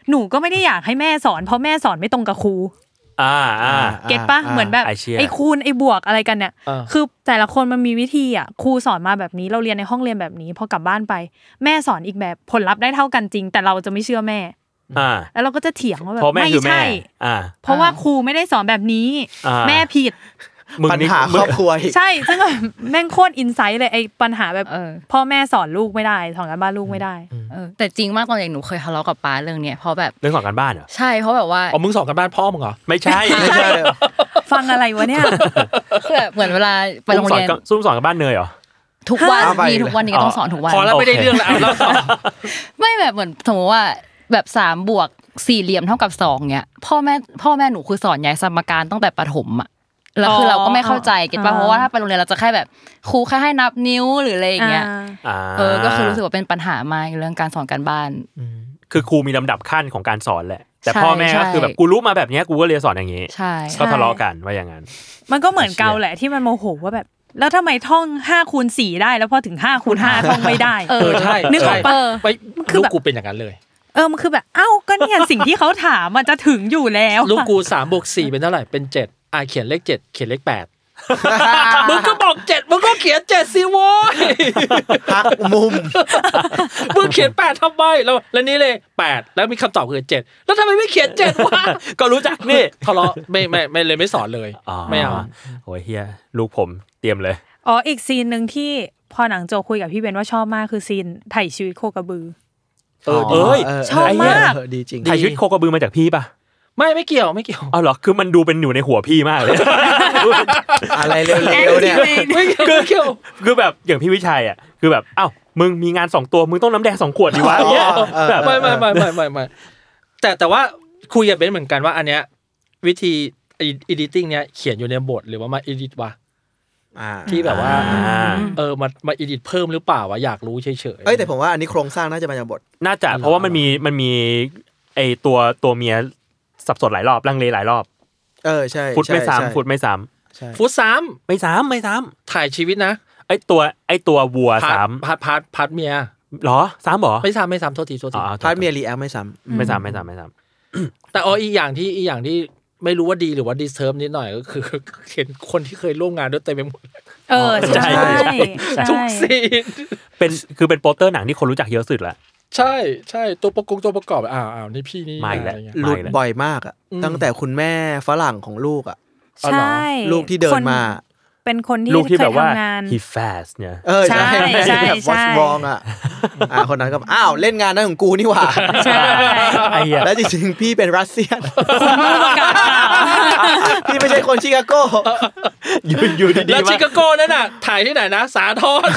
หนูก็ไม่ได้อยากให้แม่สอนเพราะแม่สอนไม่ตรงกับครูอ่าอ่าเก็ตปะเหมือนแบบไอ้คูณไอ้บวกอะไรกันเนี่ยคือแต่ละคนมันมีวิธีอ่ะครูสอนมาแบบนี้เราเรียนในห้องเรียนแบบนี้พอกลับบ้านไปแม่สอนอีกแบบผลลัพธ์ได้เท่ากันจริงแต่เราจะไม่เชื่อแม่อ่าแล้วเราก็จะเถียงว่าแบบไม่ใช่อ่าเพราะว่าครูไม่ได้สอนแบบนี้แม่ผิดปัญหาครอบครัวใช่ซึ่งแม่งโคตรอินไซต์เลยไอ้ปัญหาแบบพ่อแม่สอนลูกไม่ได้สอนการบ้านลูกไม่ได้เออแต่จริงมากตอนเด็กหนูเคยทะเลาะกับป้าเรื่องเนี้ยเพราะแบบเรื่องสอนการบ้านเหรอใช่เพราะแบบว่าอ๋อมึงสอนการบ้านพ่อมึงเหรอไม่ใช่ไม่ใช่ฟังอะไรวะเนี่ยคือแบบเหมือนเวลาไปโรงเรียนซุ่มสอนการบ้านเนยเหรอทุกวันมีทุกวันนี้ก็ต้องสอนทุกวันพอแล้วไม่ได้เรื่องแล้วแล้วสอนไม่แบบเหมือนสมมติว่าแบบสามบวกสี่เหลี่ยมเท่ากับสองเนี้ยพ่อแม่พ่อแม่หนูคือสอนย้ายสมการตั้งแต่ประถมอ่ะแล้วคือเราก็ไม่เข้าใจเก็ทป่ะเพราะว่าถ้าไปโรงเรียนเราจะแค่แบบครูแค่ให้นับนิ้วหรืออะไรอย่างเงี้ยเออก็คือรู้สึกว่าเป็นปัญหามากเรื่องการสอนการบ้านคือครูมีลำดับขั้นของการสอนแหละแต่พ่อแม่ก็คือแบบกูรู้มาแบบนี้กูก็เรียนสอนอย่างงี้ก็ทะเลาะกันว่าอย่างนั้นมันก็เหมือนเกาแหละที่มันโมโหว่าแบบแล้วทำไมท่องห้าคูณสี่ได้แล้วพอถึงห้าคูณห้าท่องไม่ได้เออใช่นึกออกป่ะไปลูกกูเป็นอย่างนั้นเลยเออมันคือแบบเอ้าก็เนี่ยสิ่งที่เขาถามมันจะถึงอยู่แล้วลูกกูสามบวกสี่เป็นเท่าไหร่เป็นเจ็ดอ่ะเขียนเลขเจ็ดเขียนเลขแปดมึงก็บอกเจ็ดมึงก็เขียนเจ็ดสิโว้ยหักมุมมึงเขียนแปดทำไมแล้วแล้วนี่เลยแปดแล้วมีคำตอบคือเจ็ดแล้วทำไมไม่เขียนเจ็ดวะก็รู้จักนี่ทะเลาะไม่ไม่ไม่เลยไม่สอนเลยไม่เอาโอ้ยเฮียลูกผมเตรียมเลยอ๋ออีกซีนนึงที่พอหนังโจคุยกับพี่เบนว่าชอบมากคือซีนไถ่ชีวิตโคกระบือเออเอ้ยชอบมากดีจริงไถ่ชีวิตโคกระบือมาจากพี่ป่ะไม่ไม่เกี่ยวไม่เกี่ยวเอาเหรอคือมันดูเป็นอยู่ในหัวพี่มากเลยอะไรเร็วๆเนี่ยไม่เกี่ยวคือแบบอย่างพี่วิชัยอ่ะคือแบบอ้าวมึงมีงานสองตัวมึงต้องน้ำแดงสองขวดดิวะเนี่ยแบบไม่ไม่ไม่ไม่ไม่ไม่แต่แต่ว่าคุยกับเบนเหมือนกันว่าอันเนี้ยวิธี editing เนี้ยเขียนอยู่ในบทหรือว่ามา edit วะที่แบบว่าเออมามา edit เพิ่มหรือเปล่าวะอยากรู้เฉยๆเอ้ยแต่ผมว่าอันนี้โครงสร้างน่าจะมาจากบทน่าจะเพราะว่ามันมีมันมีไอตัวตัวเมียสับสนหลายรอบลังเลหลายรอบเออใช่ฟุตไม่ซ้ำฟุตไม่ซ้ำฟุตซ้ำไม่ซ้ำไม่ซ้ำถ่ายชีวิตนะไอตัวไอตัววัวซ้ำพาร์ทพาร์ทพาร์ทเมียหรอซ้ำหรอไม่ซ้ำไม่ซ้ำโทษทีโทษทีพาร์ทเมียรีแอคไม่ซ้ำไม่ซ้ำไม่ซ้ำไม่ซ้ำแต่อ๋ออีกอย่างที่อีกอย่างที่ไม่รู้ว่าดีหรือว่าดิสเทิร์มนิดหน่อยก็คือเห็นคนที่เคยร่วมงานด้วยเต็มไปหมดเออใช่ทุกซีนเป็นคือเป็นโปสเตอร์หนังที่คนรู้จักเยอะสุดละใช่ใช่ตัวประกอบตัวประกอบอ้าวอ้าวนี่พี่นี่อะไรเงี้ยหลุดบ่อยมากอ่ะตั้งแต่คุณแม่ฝรั่งของลูกอ่ะใช่ลูกที่เดินมาเป็นคนที่เคยทำงาน he fast เนี่ยเออใช่ใช่แบบ what's wrong อ่ะอ่าคนนั้นก็อ้าวเล่นงานนั้นของกูนี่หว่าใช่แล้วจริงๆพี่เป็นรัสเซียนพี่ไม่ใช่คนชิคาโกอยู่อยู่ดีๆแล้วชิคาโกนั่นน่ะถ่ายที่ไหนนะสาทร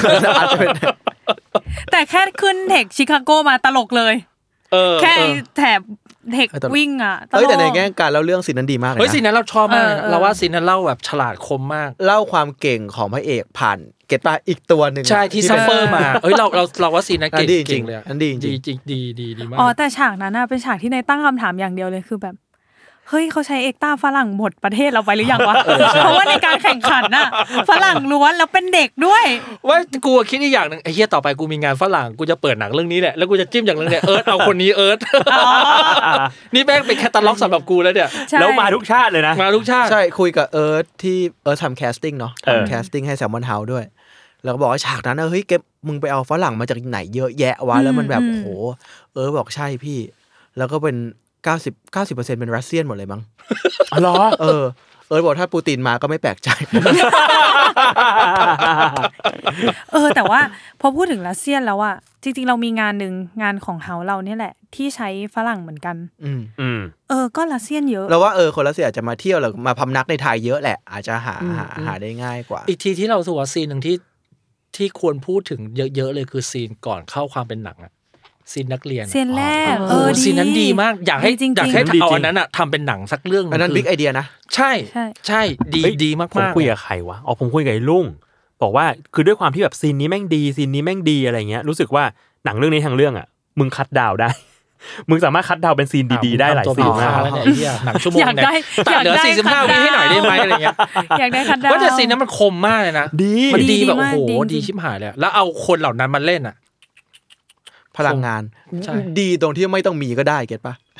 แต่แค่ขึ้นเทคชิคาโกมาตลกเลยเออแค่แถบเทควิ่งอ่ะเฮ้ยแต่ในแง่การเล่าเรื่องซีนนั้นดีมากเลยนะเฮ้ยซีนนั้นเราชอบมากเราว่าซีนนั้นเล่าแบบฉลาดคมมากเล่าความเก่งของพระเอกผ่านเก็ตป่ะอีกตัวนึงใช่ที่ซัฟเฟอร์มาเฮ้ยเราเราเราว่าซีนนั้นเก่งจริงเลยอันดีจริงจริงดีดีดีมากอ๋อแต่ฉากนั้นน่ะเป็นฉากที่ในตั้งคำถามอย่างเดียวเลยคือแบบเฮ้ยเขาใช้เอ็กต้าฝรั่งหมดประเทศเราไปหรือยังวะเพราะว่าในการแข่งขันน่ะฝรั่งล้วนแล้วเป็นเด็กด้วยว่ากูคิดอีกอย่างนึงไอ้เหี้ยต่อไปกูมีงานฝรั่งกูจะเปิดหนังเรื่องนี้แหละแล้วกูจะจิ้มอย่างเรื่องเนี้ยเอิร์ธเอาคนนี้เอิร์ธนี่แม่งเป็นแคตตาล็อกสำหรับกูแล้วเนี่ยแล้วมาทุกชาติเลยนะมาทุกชาติใช่คุยกับเอิร์ธที่เอิร์ธทำแคสติ้งเนาะทำแคสติ้งให้แซลมอนเฮาส์ด้วยแล้วก็บอกว่าฉากนั้นเฮ้ยเก็บมึงไปเอาฝรั่งมาจากไหนเยอะแยะวะแล้วมันแบบโหเออบอกใช่พี่แล้วก็เป็นเก้าสิบ เก้าสิบเปอร์เซ็นต์ เป็นรัสเซียนหมดเลยมั้งอ๋อเหรอเออเออบอกถ้าปูตินมาก็ไม่แปลกใจเออแต่ว่าพอพูดถึงรัสเซียนแล้วอ่ะจริงๆเรามีงานนึงงานของเฮาเราเนี่ยแหละที่ใช้ฝรั่งเหมือนกันอืมอืมเออก็รัสเซียนเยอะเราว่าเออคนรัสเซียอาจจะมาเที่ยวหรือมาพำนักในไทยเยอะแหละอาจจะหาหาหาได้ง่ายกว่าอีกทีที่เราสึกว่าซีนนึงที่ที่ควรพูดถึงเยอะๆเลยคือซีนก่อนเข้าความเป็นหนังอะซีนนักเรียนซีนแรกเออซีนนั้นดีมากอยากให้อยากให้เอาอันนั้นอ่ะทำเป็นหนังสักเรื่องอันนั้นบิ๊กไอเดียนะใช่ใช่ดีดีมากๆผมคุยกับใครวะอ๋อผมคุยกับไอ้ลุงบอกว่าคือด้วยความที่แบบซีนนี้แม่งดีซีนนี้แม่งดีอะไรเงี้ยรู้สึกว่าหนังเรื่องนี้ทั้งเรื่องอ่ะมึงคัดดาวได้มึงสามารถคัดดาวเป็นซีนดีๆได้หลายซีนมากแล้วเนี่ยไอ้เหี้ยหนังชั่วโมงเนี่ยตัดเหลือสี่สิบห้าวิให้หน่อยได้ไหมอะไรเงี้ยอยากได้คัดดาวว่าแต่ซีนนั้นมันคมมากเลยนะดีมันดีแบบโอ้โหดีชิบหายเลยแล้วเอาคนเหล่านั้นมาเล่นอ่ะพลังงานดีตรงที่ไม่ต้องมีก็ได้เก็ทป่ะ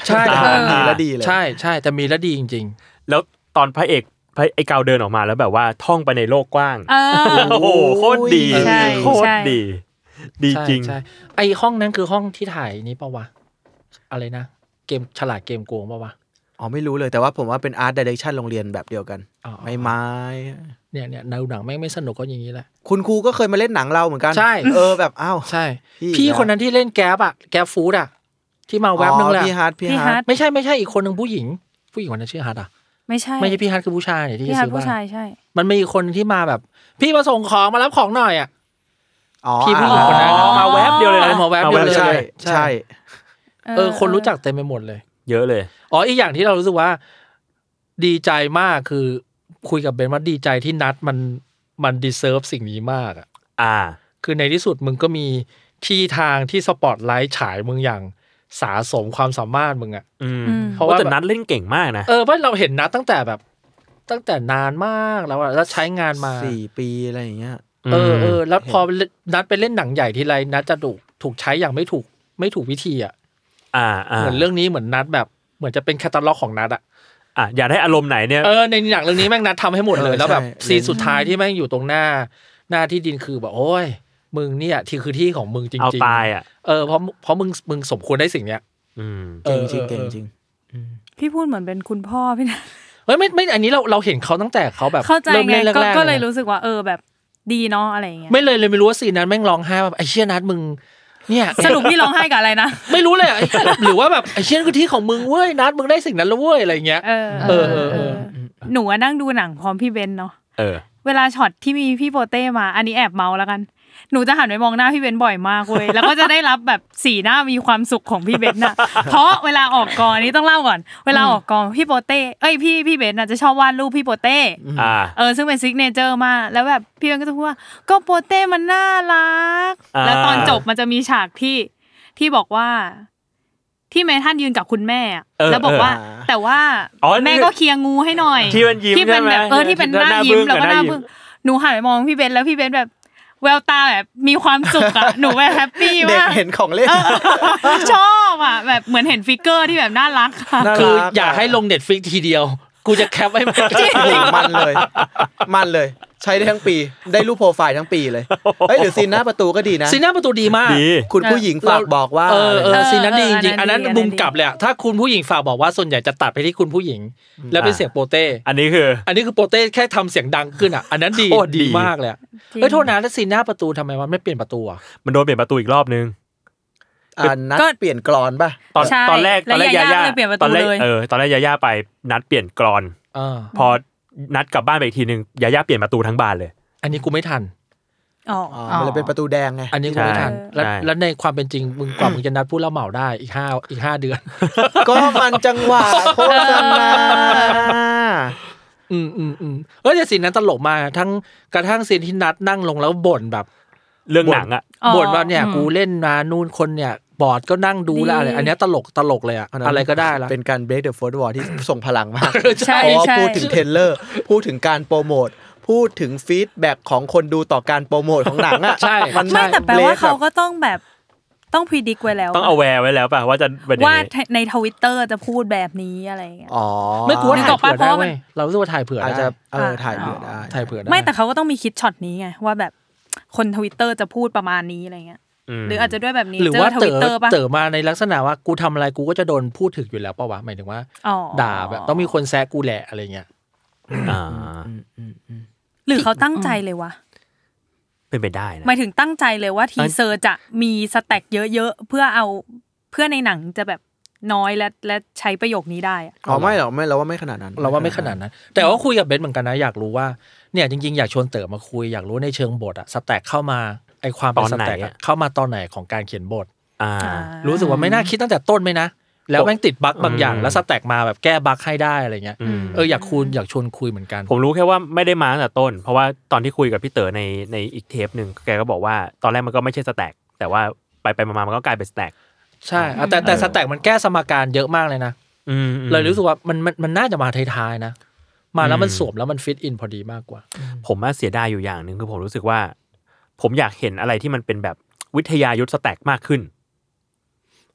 ใช่มีแล้วดีเลยใช่ใช่แต่มีแล้วดีจริงๆแล้วตอนพระเอกไอ้เกาเดินออกมาแล้วแบบว่าท่องไปในโลกกว้างโอ้โหโคตรดีโคตรดีดีจริงใช่ไอ้ห้องนั้นคือห้องที่ถ่ายนี้ป่าววะอะไรนะเกมฉลาดเกมโกงป่าววะอ๋อไม่รู้เลยแต่ว่าผมว่าเป็นอาร์ตไดเรคชั่นโรงเรียนแบบเดียวกันไม่ไม้เนี่ยเนี่ยแนวหนังแม่งไม่สนุกก็อย่างนี้แหละคุณครูก็เคยมาเล่นหนังเราเหมือนกันใช่เออแบบอ้าวใช่พี่คนนั้นที่เล่นแก๊ปอะแก๊ปฟู้ดอะที่มาแวบนึงแหละพี่ฮาร์ดพี่ฮาร์ดไม่ใช่ไม่ใช่อีกคนนึงผู้หญิงผู้หญิงคนนั้นชื่อฮาร์ดอะไม่ใช่ไม่ใช่พี่ฮาร์ดคือผู้ชายเนี่ยที่ซื้อบ้านผู้ชายใช่มันมีคนที่มาแบบพี่มาส่งของมารับของหน่อยอะอ๋อพี่ผู้หญิงคนนั้นมาแวบเดียวเลยนะมาแวบเดียวเลยใช่ใช่เออคนรู้จักเต็มไปหมดเลยเยอะเลยอ๋ออีกอย่างที่เรารู้สึกว่าดีใจมากคือคุยกับเบนว่าดีใจที่นัดมันมันดีเซิร์ฟสิ่งนี้มากอ่ะอ่าคือในที่สุดมึงก็มีที่ทางที่สปอตไลท์ฉายมึงอย่างสาสมความสามารถมึงอ่ะเพราะว่าแต่นัดเล่นเก่งมากนะเออเพราะเราเห็นนัดตั้งแต่แบบตั้งแต่นานมากแล้วอ่ะแล้วใช้งานมาสี่ปีอะไรอย่างเงี้ยเออเออแล้วพอนัดไปเล่นหนังใหญ่ทีไรนัดจะถูกถูกใช้อย่างไม่ถูกไม่ถูกวิธีอ่ะอ่าเหมือนเรื่องนี้เหมือนนัดแบบเหมือนจะเป็นแคตตาล็อกของนัดอ่ะอ่ะอยากได้อารมณ์ไหนเนี่ยเออในหนังเรื่องนี้แม่งนัดทำให้หมดเลยแล้วแบบซีนสุดท้ายที่แม่งอยู่ตรงหน้าหน้าที่ดินคือแบบโอ้ยมึงเนี่ยที่คือที่ของมึงจริงๆเอาตายอ่ะเออเพราะเพราะมึงมึงสมควรได้สิ่งเนี้ยเก่งจริงเก่งจริงพี่พูดเหมือนเป็นคุณพ่อพี่นะเฮ้ยไม่ไม่อันนี้เราเราเห็นเขาตั้งแต่เขาแบบเริ่มเล่นแรกๆก็เลยรู้สึกว่าเออแบบดีเนาะอะไรอย่างเงี้ยไม่เลยเลยไม่รู้ว่าซีนนั้นแม่งร้องไห้แบบไอ้เชี่ยนัดมึงเนี่ยสรุปพี่ร้องไห้กับอะไรนะไม่รู้เลยหรือว่าแบบไอ้เชี่ยคือที่ของมึงเว้ยนัดมึงได้สิ่งนั้นแล้วเว้ยอะไรเงี้ยเออเออเออหนูนั่งดูหนังพร้อมพี่เบนเนาะเออเวลาช็อตที่มีพี่โปเต้มาอันนี้แอบเมาแล้วกันหนูจะหันไปมองหน้าพี่เบนบ่อยมากเว้ยแล้วก็จะได้รับแบบสีหน้ามีความสุขของพี่เบนน่ะเพราะเวลาออกกองนี้ต้องเล่าก่อนเวลาออกกองพี่โปเต้เอ้ยพี่พี่เบนน่ะจะชอบวาดรูปพี่โปเต้อ่าเออซึ่งเป็นซิกเนเจอร์มากแล้วแบบพี่เบนก็จะพูดว่าก็โปเต้มันน่ารักแล้วตอนจบมันจะมีฉากที่ที่บอกว่าที่เมทันยืนกับคุณแม่แล้วบอกว่าแต่ว่าแม่ก็เคลียร์งูให้หน่อยที่มันยิ้มที่เป็นแบบเออที่เป็นหน้ายิ้มแล้วก็หน้าบึ้งหนูหันไปมองพี่เบนแล้วพี่เบนแบบแววตาแบบมีความสุขอ่ะหนูแบบแฮปปี้มากเด็กเห็นของเล่นชอบอ่ะแบบเหมือนเห็นฟิกเกอร์ที่แบบน่ารักค่ะคืออยากให้ลง Netflix ทีเดียวกูจะแคปไว้มันจริงมันเลยมันเลยใช้ได้ทั้งปีได้รูปโปรไฟล์ทั้งปีเลยเฮ้ยหรือซีนหน้าประตูก็ดีนะซีนหน้าประตูดีมากคุณผู้หญิงฝากบอกว่าเออเออซีนนั้นดีจริงๆอันนั้นมุมกลับเลยอ่ะถ้าคุณผู้หญิงฝากบอกว่าส่วนใหญ่จะตัดไปที่คุณผู้หญิงแล้วเป็นเสียงโปเต้อันนี้คืออันนี้คือโปเต้แค่ทำเสียงดังขึ้นอ่ะอันนั้นดีดีมากเลยเฮ้ยโทษนะแล้วซีนหน้าประตูทำไมมันไม่เปลี่ยนประตูอ่ะมันโดนเปลี่ยนประตูอีกรอบนึงอ่านัดเปลี่ยนกรอนป่ะตอนตอนแรกตอนแรกยาย่าตอนแรกเออตอนแรกยาย่าไปนัดเปลี่ยนกรอนพอนัดกลับบ้านไปอีกทีนึงยาย่าเปลี่ยนประตูทั้งบานเลยอันนี้กูไม่ทันอ๋อมันเลยเป็นประตูแดงไงอันนี้กูไม่ทันแล้วแล้วในความเป็นจริงมึงกว่ามึงจะนัดพูดแล้วเหมาได้อีกห้าอีกห้าเดือนก็มันจังหวะโฆษณาอืมอืมอืมเออแต่ซีนนั้นตลกมากทั้งกระทั่งซีนที่นัดนั่งลงแล้วบ่นแบบเรื่องหนังอ่ะบ่นว่าเนี่ยกูเล่นมานู่นคนเนี่ยบอร์ดก็นั่งดูแล้วอะไรอันนี้ตลกตลกเลยอ่ะอะไรก็ได้ละเป็นการ break the fourth wall ที่ส่งพลังมากเพราะพูดถึงเทรลเลอร์พูดถึงการโปรโมทพูดถึงฟีดแบ็กของคนดูต่อการโปรโมทของหนังอ่ะใช่ไม่แต่แปลว่าเขาก็ต้องแบบต้องพิจิกไว้แล้วต้องเอาแวร์ไว้แล้วป่ะว่าจะว่าใน Twitter จะพูดแบบนี้อะไรอย่างเงี้ยอ๋อไม่กลัวถ่ายเผื่อได้เว้ยเรารู้สึกว่าถ่ายเผื่อได้อาจจะเออถ่ายเผื่อได้ถ่ายเผื่อได้ไม่แต่เขาก็ต้องมีคิดช็อตนี้ไงว่าแบบคน Twitter จะพูดประมาณนี้อะไรเงี้ยหรืออาจจะด้วยแบบนี้หรือว่าเต๋อเต๋อมาในลักษณะว่ากูทำอะไรกูก็จะโดนพูดถึงอยู่แล้วป่ะวะหมายถึงว่าด่าแบบต้องมีคนแซะกูแหละอะไรเงี้ยอ่าหรือเขาตั้งใจเลยวะเป็นไปได้นะหมายถึงตั้งใจเลยว่าทีเซอร์จะมีสแต็กเยอะๆเพื่อเอาเพื่อในหนังจะแบบน้อยและและใช้ประโยคนี้ได้อ๋อไม่หรอกไม่เราว่าไม่ขนาดนั้นเราว่าไม่ขนาดนั้นแต่ว่าคุยกับเบนเหมือนกันนะอยากรู้ว่าเนี่ยจริงๆอยากชวนเต๋อมาคุยอยากรู้ในเชิงบทอะสแต็กเข้ามาไอความเป็นสแต็กเข้ามาตอนไหนของการเขียนบทอ่ารู้สึกว่าไม่น่าคิดตั้งแต่ต้นไหมนะแล้วแม่งติดบั๊กบางอย่างแล้วสแต็กมาแบบแก้บั๊กให้ได้อะไรเงี้ยเอออยากคุยอยากชวนคุยเหมือนกันผมรู้แค่ว่าไม่ได้มาตั้งแต่ต้นเพราะว่าตอนที่คุยกับพี่เต๋อในในอีกเทปนึงแกก็บอกว่าตอนแรกมันก็ไม่ใช่สแต็กแต่ว่าไปไปมาๆมันก็กลายเป็นสแต็กใช่แต่แต่สแต็กมันแก้สมการเยอะมากเลยนะเลยรู้สึกว่ามันมันมันน่าจะมาท้ายๆนะมาแล้วมันสวมแล้วมันฟิตอินพอดีมากกว่าผมว่าเสียดายอยู่อย่างนึงคือผมรู้สึกว่าผมอยากเห็นอะไรที่มันเป็นแบบวิทยายุทธสแต็กมากขึ้น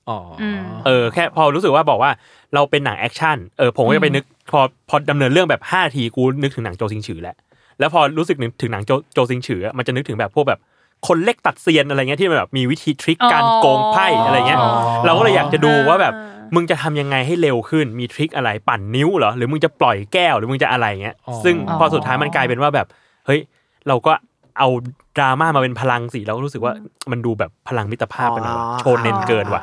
อ๋อเออแค่พอรู้สึกว่าบอกว่าเราเป็นหนังแอคชั่นเออผมก็จะไปนึกพอพอดำเนินเรื่องแบบห้านาทีกูนึกถึงหนังโจซิงฉือแล้วแล้วพอรู้สึกถึงหนังโจโจซิงฉือมันจะนึกถึงแบบพวกแบบคนเล็กตัดเซียนอะไรเงี้ยที่มันแบบมีวิธีทริคการโกงไพ่อะไรเงี้ยเราก็เลยอยากจะดูว่าแบบมึงจะทำยังไงให้เร็วขึ้นมีทริคอะไรปั่นนิ้วเหรอหรือมึงจะปล่อยแก้วหรือมึงจะอะไรเงี้ยซึ่งพอสุดท้ายมันกลายเป็นว่าแบบเฮ้ยเราก็เอาดราม่ามาเป็นพลังสิเราก็รู้สึกว่ามันดูแบบพลังมิตรภาพไปหน่อยโชนเน้นเกินว่ะ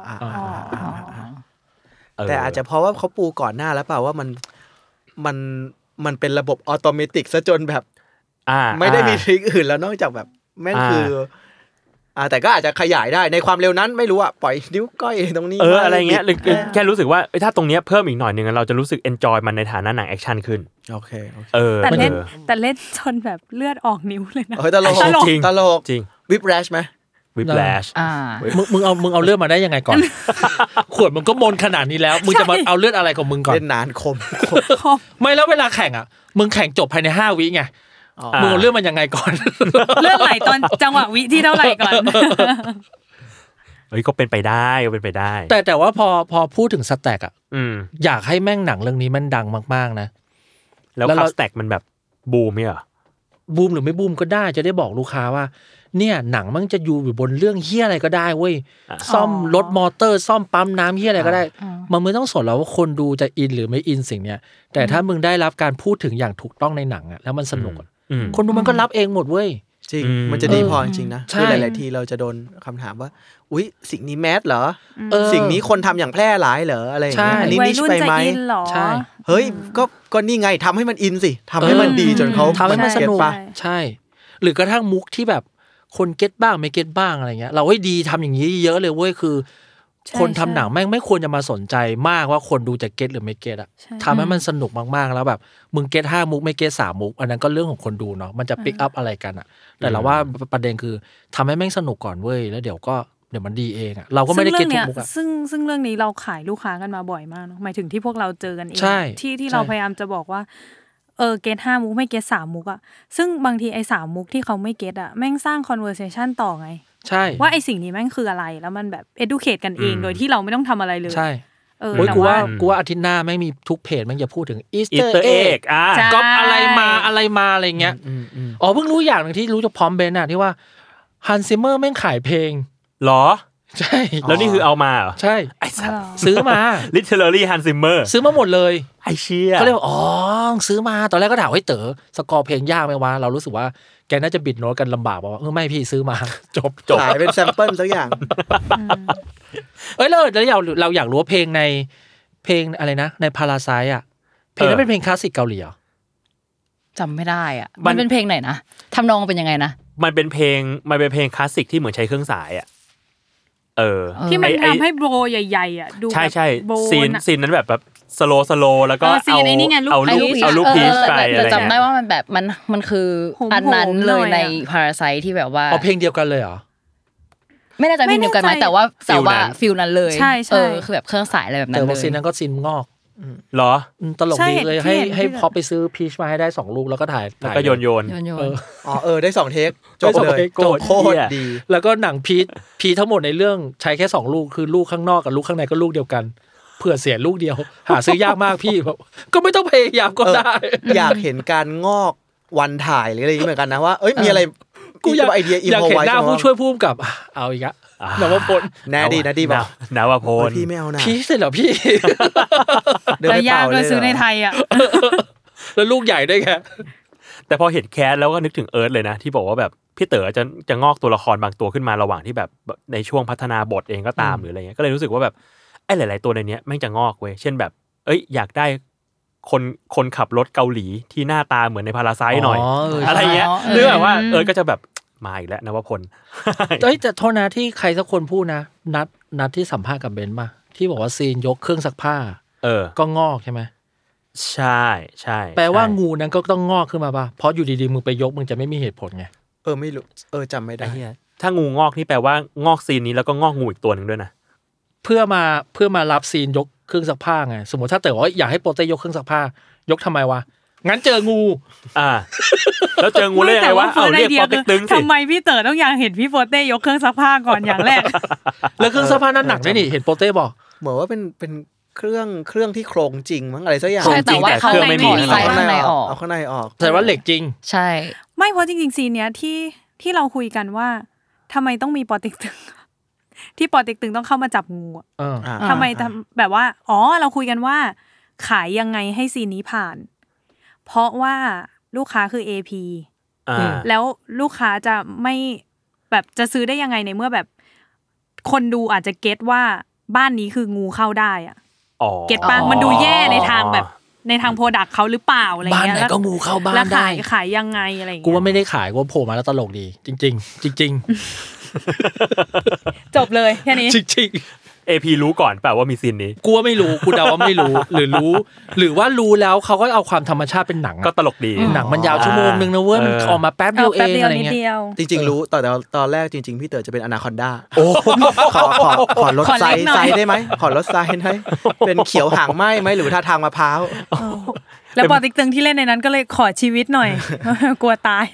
แต่อาจจะเพราะว่าเขาปูก่อนหน้าแล้วเปล่าว่ามันมันมันเป็นระบบออโตเมติกซะจนแบบไม่ได้มีทริคอื่นแล้วนอกจากแบบแม่งคืออ่าแต่ก็อาจจะขยายได้ในความเร็วนั้นไม่รู้อ่ะปล่อยนิ้วก้อยตรงนี้เอออะไรเงี้ยแค่รู้สึกว่าถ้าตรงเนี้ยเพิ่มอีกหน่อยนึงเราจะรู้สึกเอนจอยมันในฐานะหนังแอคชั่นขึ้นโอเคเออแต่เล่นแต่เล่นจนแบบเลือดออกนิ้วเลยนะเออตลกจริงตลกจริงวิปแรชมั้ยวิปแรชอ่ามึงมึงเอามึงเอาเลือดมาได้ยังไงก่อนขวดมึงก็มนขนาดนี้แล้วมึงจะมาเอาเลือดอะไรของมึงก่อนเล่นนานคมไม่แล้วเวลาแข่งอ่ะมึงแข่งจบภายในห้าวิไงมึงเอาเลือดมันยังไงก่อนเลือดไหลตอนจังหวะวิที่เท่าไหร่ก่อนเฮ้ยก็เป็นไปได้ก็เป็นไปได้แต่แต่ว่าพอพอพูดถึงสแต็กอ่ะอยากให้แม่งหนังเรื่องนี้มันดังมากๆนะแล้วคับสแต็กมันแบบบูมมั้ยอ่ะบูมหรือไม่บูมก็ได้จะได้บอกลูกค้าว่าเนี่ยหนังมันจะอยู่บนเรื่องเหี้ยอะไรก็ได้เว้ยซ่อมรถมอเตอร์ซ่อมปั๊มน้ำเหี้ยอะไรก็ได้มันไม่ต้องสนแล้วว่าคนดูจะอินหรือไม่อินสิ่งเนี้ยแต่ถ้ามึงได้รับการพูดถึงอย่างถูกต้องในหนังอ่ะแล้วมันสนุกคนดูมันก็รับเองหมดเว้ยจริงมันจะดีพอจริงๆนะคือหลายๆทีเราจะโดนคำถามว่าอุ๊ยสิ่งนี้แมสเหรอสิ่งนี้คนทำอย่างแพร่หลายเหรออะไรอย่างเงี้ยอันนี้นิชไปไหมใช่เฮ้ยก็ก็นี่ไงทำให้มันอินสิทำให้มันดีจนเขาทำให้มันสนุกใช่หรือกระทั่งมุกที่แบบคนเก็ตบ้างไม่เก็ตบ้างอะไรเงี้ยเราเฮ้ยดีทำอย่างนี้เยอะเลยเว้ยคือคนทำหนังแม่งไม่ควรจะมาสนใจมากว่าคนดูจะเก็ตหรือไม่เก็ตอะทำให้มันสนุกมากๆแล้วแบบมึงเก็ตห้ามุกไม่เก็ตสามมุกอันนั้นก็เรื่องของคนดูเนาะมันจะปิกอัพอะไรกันอะแต่เราว่าประเด็นคือทำให้แม่งสนุกก่อนเว้ยแล้วเดี๋ยวก็เดี๋ยวมันดีเองอะเราก็ไม่ได้เก็ตทุกมุกอะซึ่งซึ่งเรื่องนี้เราขายลูกค้ากันมาบ่อยมากเนาะหมายถึงที่พวกเราเจอกันเองที่ที่เราพยายามจะบอกว่าเออเก็ตห้ามุกไม่เก็ตสามมุกอ่ะซึ่งบางทีไอ้สามมุกที่เขาไม่เก็ตอ่ะแม่งสร้าง conversation ต่อไงใช่ว่าไอ้สิ่งนี้แม่งคืออะไรแล้วมันแบบ educate กันเองโดยที่เราไม่ต้องทำอะไรเลยใช่เออกูว่ากูว่าอาทิตย์หน้าแม่งมีทุกเพจแม่งจะพูดถึง Easter egg อ่ะก๊อปอะไรมาอะไรมาอะไรเงี้ยอ๋อเพิ่งรู้อย่างนึงที่รู้จากพร้อมเบนน่ะที่ว่า Hans Zimmer แม่งขายเพลงหรอใช่แล้วนี่คือเอามาเหรอใช่ไอ้สัสซื้อมา literally Hans Zimmer ซื้อมาหมดเลยไอ้เชี่ยเขาเรียกว่าอ๋อซื้อมาตอนแรกก็ถามว่าเต๋อสกอร์เพลงยากไหมวะเรารู้สึกว่าแกน่าจะบิดโน้ตกันลำบากป่าวเออไม่พี่ซื้อมาจบจบขายเป็นแซมเปิลสักอย่างเอ้ยแล้วแล้วเราเราอยากรู้ว่าเพลงในเพลงอะไรนะในพาราไซต์อ่ะเพลงนั้นเป็นเพลงคลาสสิกเกาหลีเหรอจำไม่ได้อ่ะมันเป็นเพลงไหนนะทำนองเป็นยังไงนะมันเป็นเพลงมันเป็นเพลงคลาสสิกที่เหมือนใช้เครื่องสายอ่ะเออที่มันทำให้โบใหญ่ๆอ่ะดูใช่ใช่ซีนซีนนั้นแบบแบบสโลสโลแล้วก็เอาเอาลูกเอาลูกพีชไปอะไรจำได้ว่ามันแบบมันมันคืออันนั้นเลยในพาราไซต์ที่แบบว่าอ๋อเพลงเดียวกันเลยเหรอไม่แน่ใจเพลงเดียวกันไหมแต่ว่าแต่ว่าฟิลนั้นเลยเออคือแบบเครื่องสายอะไรแบบนั้นเลยแต่ซีนนั้นก็ซีนงอกเหรอตลกดีเลยให้ให้พอไปซื้อพีชมาให้ได้สองลูกแล้วก็ถ่ายแล้วก็โยนโยนอ๋อเออได้สองเทคจบเลยจบโคตรดีแล้วก็หนังพีชพีชทั้งหมดในเรื่องใช้แค่สองลูกคือลูกข้างนอกกับลูกข้างในก็ลูกเดียวกันเผื่อเสียลูกเดียวหาซื้อยากมากพี่ก็ไม่ต้องพยายามก็ได้อยากเห็นการงอกวันถ่ายหรืออะไรอย่างนี้เหมือนกันนะว่าเอ้ยมีอะไรกูอยากไอเดียอยากเห็นหน้าผู้ช่วยผู้กำกับเอาอีกอะนวพลแน่ดีนะดีบอกนวพลพี่ไม่เอานะพี่เสร็จเหรอพี่แต่ยากเลยซื้อในไทยอ่ะแล้วลูกใหญ่ด้วยแกแต่พอเห็นแคสแล้วก็นึกถึงเอิร์ธเลยนะที่บอกว่าแบบพี่เต๋อจะจะงอกตัวละครบางตัวขึ้นมาระหว่างที่แบบในช่วงพัฒนาบทเองก็ตามหรืออะไรเงี้ยก็เลยรู้สึกว่าแบบไอ้หลายๆตัวในนี้แม่งจะงอกเว้ยเช่นแบบเอ้ยอยากได้คนคนขับรถเกาหลีที่หน้าตาเหมือนในพาราไซต์หน่อยอะไรเงี้ยหรือแบบว่าเอิร์ธก็จะแบบมาอีกแล้วนวพลเอ้ยแต่โทษนะที่ใครสักคนพูดนะนัดนัดที่สัมภาษณ์กับเบนซ์มาที่บอกว่าซีนยกเครื่องซักผ้าเออก็งอกใช่ไหมใช่ใช่แปลว่างูนั้นก็ต้องงอกขึ้นมาป่ะเพราะอยู่ดีๆมึงไปยกมึงจะไม่มีเหตุผลไงเออไม่รู้เออจำไม่ได้ถ้างูงอกนี่แปลว่างอกซีนนี้แล้วก็งอกงูอีกตัวนึงด้วยนะเพื่อมาเพื่อมารับซีนยกเครื่องซักผ้าไงสมมติถ้าเต๋อว่าอยากให้โปเต้ยกเครื่องซักผ้ายกทำไมวะงั้นเจองูอ่าแล้วเจองูได้ยังไงวะเอาเรียกปอเต็กตึงสิทำไมพี่เต๋อต้องอยากเห็นพี่โปเต้ยกเครื่องซักผ้าก่อนอย่างแรกแล้วเครื่องซักผ้านั้นหนักด้วยนี่เห็นโปเต้บอกเหมือนว่าเป็นเป็นเครื่องเครื่องที่โครงจริงมั้งอะไรสักอย่างใช่แต่ว่าเขาไม่มีไฟข้างในออกเอาข้างในออกแต่ว่าเหล็กจริงใช่ไม่เพราะจริงๆซีนเนี้ยที่ที่เราคุยกันว่าทำไมต้องมีปอเต็กตึงที่ปอเต็กตึงต้องเข้ามาจับงูอ่ะทำไมแบบว่าอ๋อเราคุยกันว่าขายยังไงให้ซีนนี้ผ่านเพราะว่าลูกค้าคือ เอ พี แล้วลูกค้าจะไม่แบบจะซื้อได้ยังไงในเมื่อแบบคนดูอาจจะเก็ตว่าบ้านนี้คืองูเข้าได้อ่ะเก็ตป่ะมันดูแย่ในทางแบบในทางโปรดักต์เขาหรือเปล่าอะไรเงี้ยบ้านไหนก็งูเข้าบ้านได้ขายขายยังไงอะไรเงี้ยกูว่าไม่ได้ขายกูโผล่มาแล้วตลกดีจริงๆจริงๆจบเลยแค่นี้จริงๆเอ พี รู้ก่อนเปล่าว่ามีซีนนี้กูว่าไม่รู้กูเดาว่าไม่รู้หรือรู้หรือว่ารู้แล้วเขาก็เอาความธรรมชาติเป็นหนังก็ตลกดีหนังมันยาวชั่วโมงนึงนะเว้ยมันออกมาแป๊บเดียวเองอะไรเงี้ยจริงๆรู้ตอนตอนแรกจริงๆพี่เต๋อจะเป็นอนาคอนดาโอ้ขอขอขอลดไซส์ไซส์ได้ไหมขอลดไซส์ได้เป็นเขียวหางไหมไหมหรือท่าทางมะพร้าวแล้วปอติ๊กตึงที่เล่นในนั้นก็เลยขอชีวิตหน่อยกลัวตาย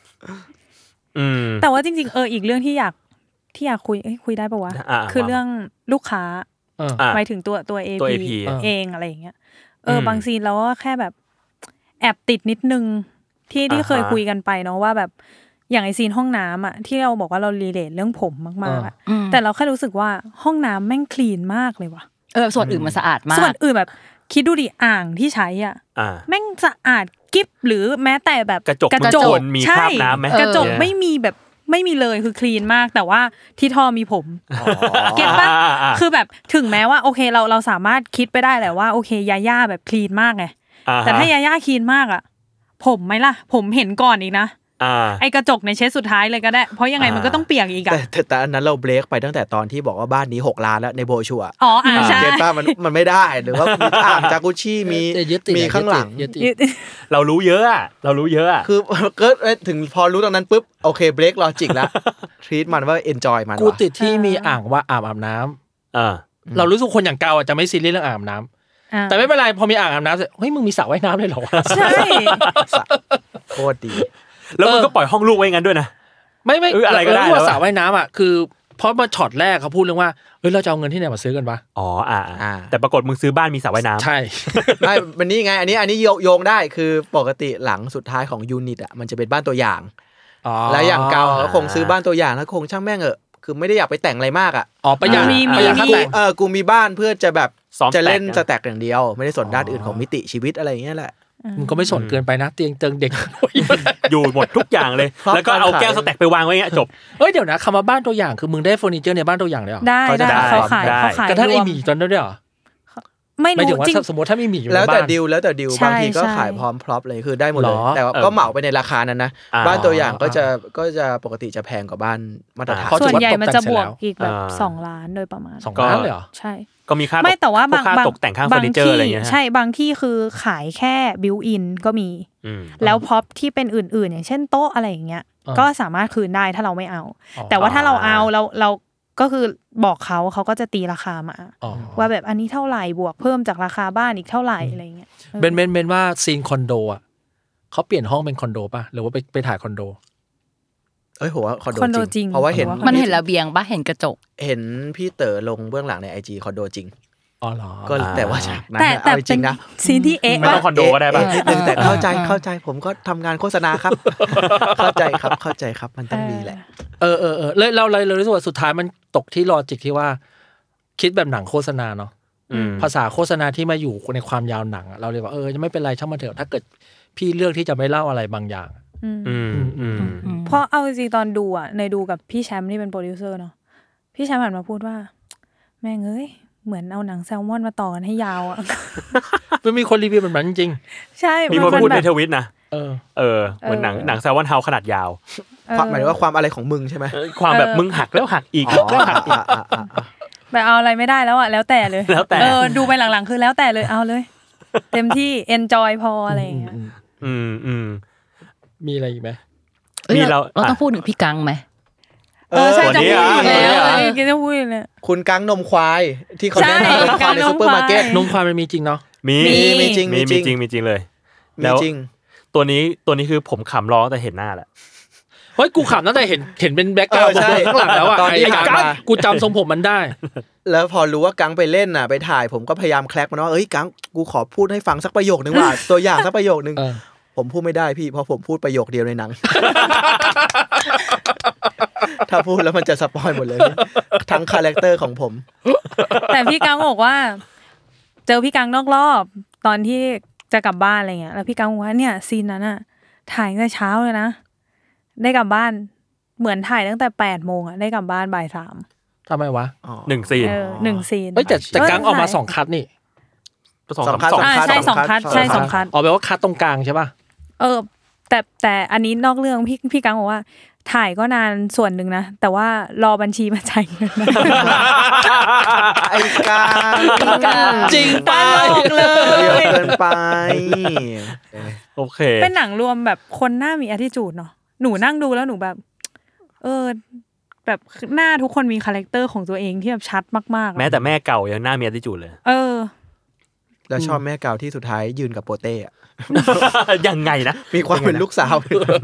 แต่ว่าจริงๆเอออีกเรื่องที่อยากที่อยากคุยคุยได้ป่าววะคือเรื่องลูกค้าหมายถึงตัวตัว เอ พี เองอะไรอย่างเงี้ยเออบางซีนเราก็แค่แบบแอบติดนิดนึงที่ที่เคยคุยกันไปเนาะว่าแบบอย่างไอซีนห้องน้ำอ่ะที่เราบอกว่าเรารีเลทเรื่องผมมากๆอ่ะแต่เราแค่รู้สึกว่าห้องน้ำแม่งคลีนมากเลยว่ะเออส่วนอื่นมันสะอาดมากส่วนอื่นแบบคิดดูดิอ่างที่ใช้อ่ะแม่งสะอาดกิ๊บหรือแม้แต่แบบกระจกกระจกมีคราบน้ำไหมกระจกไม่มีแบบไม่มีเลยคือคลีนมากแต่ว่าที่ท่อมีผมเก็ตป่ะคือแบบถึงแม้ว่าโอเคเราเราสามารถคิดไปได้แหละว่าโอเคยาย่าแบบคลีนมากไงแต่ถ้ายาย่าคลีนมากอ่ะผมไหมล่ะผมเห็นก่อนอีกนะไอ้กระจกในเช็ดสุดท้ายเลยก็ได้เพราะยังไงมันก็ต้องเปียกอีกอ่ะแต่แต่อันนั้นเราเบรกไปตั้งแต่ตอนที่บอกว่าบ้านนี้หกล้านแล้วในโบชัวอ๋ออ่าใช่เก็ตป่ะมันมันไม่ได้หรือว่ามีอ่างจากุชี่มีมีข้างหลังเรารู้เยอะอ่ะเรารู้เยอะอ่ะคือก็ถึงพอรู้ตรงนั้นปุ๊บโอเคเบรกลอจิกแล้วทรีตมันว่าเอนจอยมันกูติดที่มีอ่างว่าอาบอาบน้ำอ่าเรารู้สึกคนอย่างเกาจะไม่ซีเรียสเรื่องอาบน้ำแต่ไม่เป็นไรพอมีอ่างอาบน้ำเฮ้ยมึงมีสระว่ายน้ำเลยเหรอใช่โคตรดีแล้วมึงก็ปล่อยห้องลูกไว้งั้นด้วยนะไม่ไม่อะไรก็ได้แล้วสระว่ายน้ำอ่ะคือเพราะมาช็อตแรกเขาพูดเรื่องว่าเฮ้ยเราจะเอาเงินที่ไหนมาซื้อกันวะอ๋ออ่าแต่ปรากฏมึงซื้อบ้านมีสระว่ายน้ำใช่ไม่วันนี้ไงอันนี้อันนี้โยงได้คือปกติหลังสุดท้ายของยูนิตอ่ะมันจะเป็นบ้านตัวอย่างแล้วอย่างเก่าก็คงซื้อบ้านตัวอย่างแล้วคงช่างแม่งเออคือไม่ได้อยากไปแต่งอะไรมากอ่ะอ๋อประหยัดประหยัดกูเออกูมีบ้านเพื่อจะแบบจะเล่นสแต็กอย่างเดียวไม่ได้สนด้านอื่นของมิติชีวิตอะไรอย่างเงี้ยแหละมึงก็ไม่สนเกินไปนะเตียงเติงเด็กอยู่หมดทุกอย่างเลยแล้วก็เอาแก้วสแต็กไปวางไว้เงี้ยจบเฮ้ยเดี๋ยวนะคำว่าบ้านตัวอย่างคือมึงได้เฟอร์นิเจอร์ในบ้านตัวอย่างเลยเหรอได้ได้เขาขายเขาขายกระทั่งไอ้หมีตอนนั้นด้วยเหรอไม่รู้จริงสมมติถ้ามีหมีอยู่ในบ้านแล้วแต่ดิวแล้วแต่ดิวบางทีก็ขายพร้อมพร็อพเลยคือได้หมดเลยแต่ว่าก็เหมาไปในราคานั้นนะบ้านตัวอย่างก็จะก็จะปกติจะแพงกว่าบ้านมาตรฐานส่วนใหญ่มันจะบวกอีกแบบสองล้านโดยประมาณสองล้านเลยเหรอใช่ก็มีค่าไม่แต่ว่าบางตกแต่งข้างเฟอร์นิเจอร์อะไรเงี้ยใช่บางที่คือขายแค่บิวอินก็มีแล้วพ็อปที่เป็นอื่นๆอย่างเช่นโต๊ะอะไรอย่างเงี้ยก็สามารถคืนได้ถ้าเราไม่เอาแต่ว่าถ้าเราเอาเราเราก็คือบอกเขาเขาก็จะตีราคามาว่าแบบอันนี้เท่าไหร่บวกเพิ่มจากราคาบ้านอีกเท่าไหร่อะไรเงี้ยเบนเบนเบนว่าซีนคอนโดอ่ะเขาเปลี่ยนห้องเป็นคอนโดป่ะหรือว่าไปไปถ่ายคอนโดเอ้ยผมว่าคอนโดจริงเพราะว่าเห็นมันเห็นระเบียงป่ะเห็นกระจกเห็นพี่เต๋อลงเบื้องหลังใน ไอ จี คอนโดจริงอ๋อเหรอก็แต่ว่าฉากนั้นเอาจริงนะซีนที่เอ๊ะไม่ต้องคอนโดก็ได้ป่ะนิดนึงแต่เข้าใจเข้าใจผมก็ทำงานโฆษณาครับเข้าใจครับเข้าใจครับมันต้องมีแหละเออเออเออเลยเราเลยเรารู้สึกว่าสุดท้ายมันตกที่ลอจิกที่ว่าคิดแบบหนังโฆษณาเนาะภาษาโฆษณาที่มาอยู่ในความยาวหนังเราเลยว่าเออจะไม่เป็นไรช่างมันเถอะถ้าเกิดพี่เลือกที่จะไม่เล่าอะไรบางอย่างเพราะเอาจริงๆตอนดูอ่ะในดูกับพี่แชมป์ที่เป็นโปรดิวเซอร์เนาะพี่แชมป์หันมาพูดว่าแม่งเอ้ยเหมือนเอาหนังแซลมอนมาต่อกันให้ยาวอ่ะมันมีคนรีวิวแบบนั้นจริงใช่มีคนพูดในทวิตนะเออเออเหมือนหนังหนังแซลมอนเฮาขนาดยาวความหมายว่าความอะไรของมึงใช่ไหมความแบบมึงหักแล้วหักอีกแล้วหักอีกแบบเอาอะไรไม่ได้แล้วอ่ะแล้วแต่เลยเออดูไปหลังๆคือแล้วแต่เลยเอาเลยเต็มที่ enjoy พออะไรอย่างเงี้ยอืมอืมมีอะไรอีกไหมมีเราเราต้องพูดถึงพี่กังไหมเออใช่จะพูดอยู่แล้วกินจะพูดเลยคุณกังนมควายที่เขาแนะนำนมควายในซุปเปอร์มาร์เก็ตนมควายมันมีจริงเนาะมีมีจริงมีจริงมีจริงเลยมีจริงตัวนี้ตัวนี้คือผมขำร้องแต่เห็นหน้าแหละเฮ้ยกูขำตั้งแต่เห็นเห็นเป็นแบ็คกราวด์ข้างหลังแล้วอ่ะตอนที่กังกูจำทรงผมมันได้แล้วพอรู้ว่ากังไปเล่นน่ะไปถ่ายผมก็พยายามแคลกมันว่าเอ้ยกังกูขอพูดให้ฟังสักประโยคนึงว่าตัวอย่างสักประโยคนึงผมพูดไม่ได้พี่เพราะผมพูดประโยคเดียวในหนังถ้าพูดแล้วมันจะสปอยหมดเลยทั้งคาแรคเตอร์ของผมแต่พี่กังบอกว่าเจอพี่กังนอกรอบตอนที่จะกลับบ้านอะไรเงี้ยแล้วพี่กังบอกว่าเนี่ยซีนนั้นน่ะถ่ายตั้งแต่เช้าเลยนะได้กลับบ้านเหมือนถ่ายตั้งแต่แปดโมงอ่ะได้กลับบ้านบ่ายสามทำไมวะหนึ่งซีนเออหนึ่งซีนเอ้ยแต่แต่กังออกมาสองคัทนี่สองคัทใช่สองคัทใช่สองคัทอ๋อแปลว่าคัทตรงกลางใช่ป่ะเออแต่แต่อันนี้นอกเรื่องพี่พี่กังบอกว่าถ่ายก็นานส่วนหนึ่งนะแต่ว่ารอบัญชีมาจ่ายเงินไอ้กังจริงไปเลยเกินไปโอเคเป็นหนังรวมแบบคนหน้ามี attitude เนาะหนูนั่งดูแล้วหนูแบบเออแบบหน้าทุกคนมีคาแรคเตอร์ของตัวเองที่แบบชัดมากๆแม้แต่แม่เก่ายังหน้ามี attitude เลยเออแล้วชอบแม่เก่าที่สุดท้ายยืนกับโปเต้อะยังไงนะมีความเป็นลูกสาว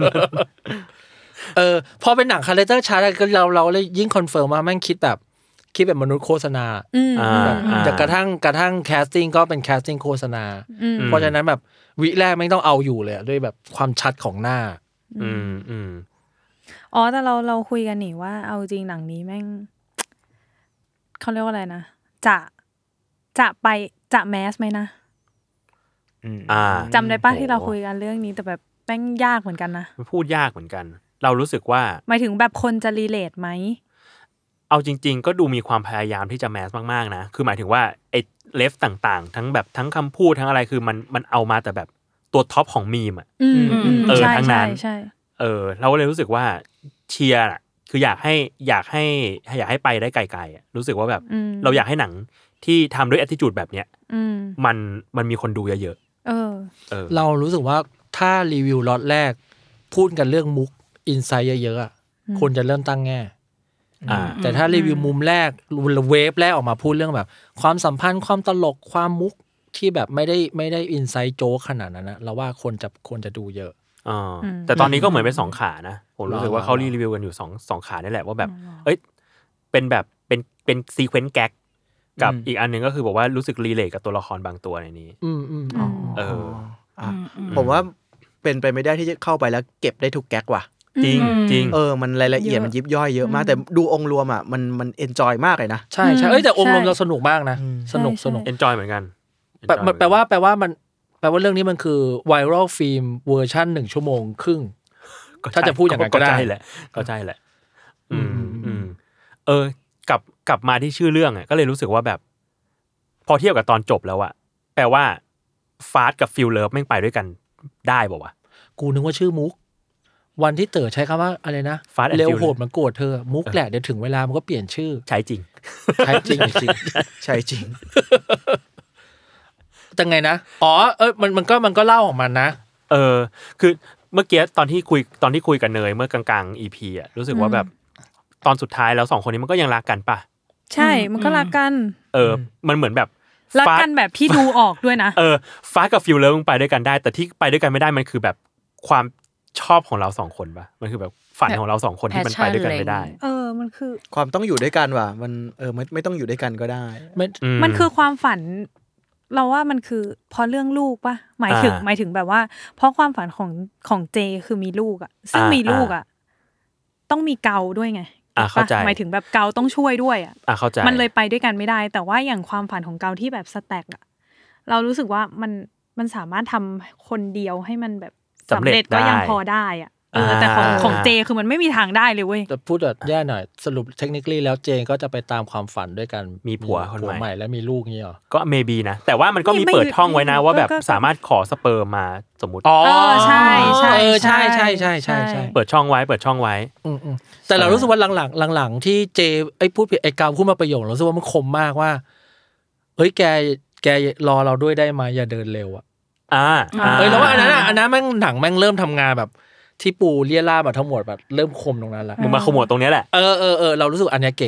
เออพอเป็นหนังคาแรคเตอร์ชัดก็เราเราเลยยิ่งคอนเฟิร์มว่าแม่งคิดแบบคิดแบบมนุษย์โฆษณาจากกระทั่งกระทั่งแคสติ้งก็เป็นแคสติ้งโฆษณาเพราะฉะนั้นแบบวิแรกไม่ต้องเอาอยู่เลยด้วยแบบความชัดของหน้าอืมอืมอ๋อแต่เราเราคุยกันนี่ว่าเอาจริงหนังนี้แม่งเขาเรียกว่าอะไรนะจะจะไปจะแมสไหมนะอ่าจำได้ป่ะที่เราคุยกันเรื่องนี้แต่แบบแม่งยากเหมือนกันนะพูดยากเหมือนกันเรารู้สึกว่าหมายถึงแบบคนจะรีเลทไหมเอาจริงๆก็ดูมีความพยายามที่จะแมสมากๆนะคือหมายถึงว่าไอ้เลฟต่างๆทั้งแบบทั้งคำพูดทั้งอะไรคือมันมันเอามาแต่แบบตัวท็อปของมีมอ่ะเออทั้งนั้นเออเราก็เลยรู้สึกว่าเชียร์อ่ะคืออยากให้อยากให้อยากให้ไปได้ไกลๆอ่ะรู้สึกว่าแบบเราอยากให้หนังที่ทำด้วย attitude แบบเนี้ยมันมันมีคนดูเยอะๆเออเออเรารู้สึกว่าถ้ารีวิวล็อตแรกพูดกันเรื่องมุกอินไซต์เยอะๆอ่ะคนจะเริ่มตั้งแง่อ่าแต่ถ้ารีวิวมุมแรกเวฟแรกออกมาพูดเรื่องแบบความสัมพันธ์ความตลกความมุกที่แบบไม่ได้ไม่ได้อินไซต์โจ๊กขนาดนั้นนะเราว่าคนจะคนจะดูเยอะอ๋อแต่ตอนนี้ก็เหมือนเป็นสองขานะผมรู้สึกว่าเขารีวิวกันอยู่สองสองขานี่แหละว่าแบบเอ้ยเป็นแบบเป็นเป็นซีเควนซ์แก๊กกับอีกอันนึงก็คือบอกว่ารู้สึกรีเลทกับตัวละครบางตัวในนี้อืมอืมเออผมว่าเป็นไปไม่ได้ที่จะเข้าไปแล้วเก็บได้ทุกแก๊กว่ะจริงจริงเออมันรายละเอียดมันยิบย่อยเยอะมากแต่ดูองค์รวมอ่ะมันมันเอนจอยมากเลยนะใช่ใช่เอ้ยแต่องค์รวมเราสนุกมากนะสนุกสนุกเอนจอยเหมือนกันแปลแปลว่าแปลว่ามันแปลว่าเรื่องนี้มันคือไวรัลฟิล์มเวอร์ชั่นหนึ่งชั่วโมงครึ่งถ้าจะพูดอย่างนั้นก็ได้แหละก็ใช่แหละอืมอืมเออกลับกลับมาที่ชื่อเรื่องอ่ะก็เลยรู้สึกว่าแบบพอเทียบกับตอนจบแล้วอ่ะแปลว่าฟาสกับฟิลเลิฟแม่งไปด้วยกันได้ป่าววะกูนึกว่าชื่อมุกวันที่เต๋อใช้คำว่าอะไรนะเร็วโหดมันโกรธเธอมุกแหละเดี๋ยวถึงเวลามันก็เปลี่ยนชื่อใช่จริงใช่จริงจริงใช่จริงแต่ไงนะอ๋อเออมันมันก็มันก็เล่าของมันนะเออคือเมื่อกี้ตอนที่คุยตอนที่คุยกับเนยเมื่อกลางๆ อี พี อ่ะรู้สึกว่าแบบตอนสุดท้ายแล้วสองคนนี้มันก็ยังรักกันป่ะใช่มันก็รักกันเออมันเหมือนแบบรักกันแบบที่ดูออกด้วยนะเออฟ้ากับฟิลเลิฟมึงไปด้วยกันได้แต่ที่ไปด้วยกันไม่ได้มันคือแบบความชอบของเราสองคนป่ะมันคือแบบฝันของเราสองคนที่มันไปด้วยกันไม่ได้เออมันคือความต้องอยู่ด้วยกันว่ะมันเออไม่ไม่ต้องอยู่ด้วยกันก็ได้มันคือความฝันเราว่ามันคือพอเรื่องลูกป่ะหมายถึงหมายถึงแบบว่าเพราะความฝันของของเจคือมีลูกอ่ะซึ่งมีลูกอ่ะต้องมีเกาด้วยไงหมายถึงแบบเกาต้องช่วยด้วยอ่ะมันเลยไปด้วยกันไม่ได้แต่ว่าอย่างความฝันของเกาที่แบบสแต็กอ่ะเรารู้สึกว่ามันมันสามารถทำคนเดียวให้มันแบบสำเร็จก็ยังพอได้อ่ะเออแต่ของของเจคือมันไม่มีทางได้เลยเว้ยแต่พูดแบบแย่หน่อยสรุปเทคนิคลี่แล้วเจก็จะไปตามความฝันด้วยกันมีผัวคนใหม่แล้วมีลูกงี้หรอก็ maybe นะแต่ว่ามันก็มีเปิดช่องไว้นะว่าแบบสามารถขอสเปิร์มมาสมมุติอ๋อใช่ใช่เออใช่ใช่ใช่ใช่ใช่เปิดช่องไว้เปิดช่องไว้อืมๆแต่เรารู้สึกว่าหลังๆหลังๆที่เจไอ้พูดไอ้กาวพูดมาประโยครู้สึกว่ามันคมมากว่าเฮ้ยแกแกรอเราด้วยได้มั้ยอย่าเดินเร็วอ่ะอ่าเออแล้วว่าอันนั้นอันนั้นแม่งหนังแม่งเริ่มทำงานแบบที่ปูเลี่ยราบมาทั้งหมดแบบเริ่มคมตรงนั้นละมึงมาขโมยตรงนี้แหละเออเออเออเรารู้สึกอันนี้เก่งละ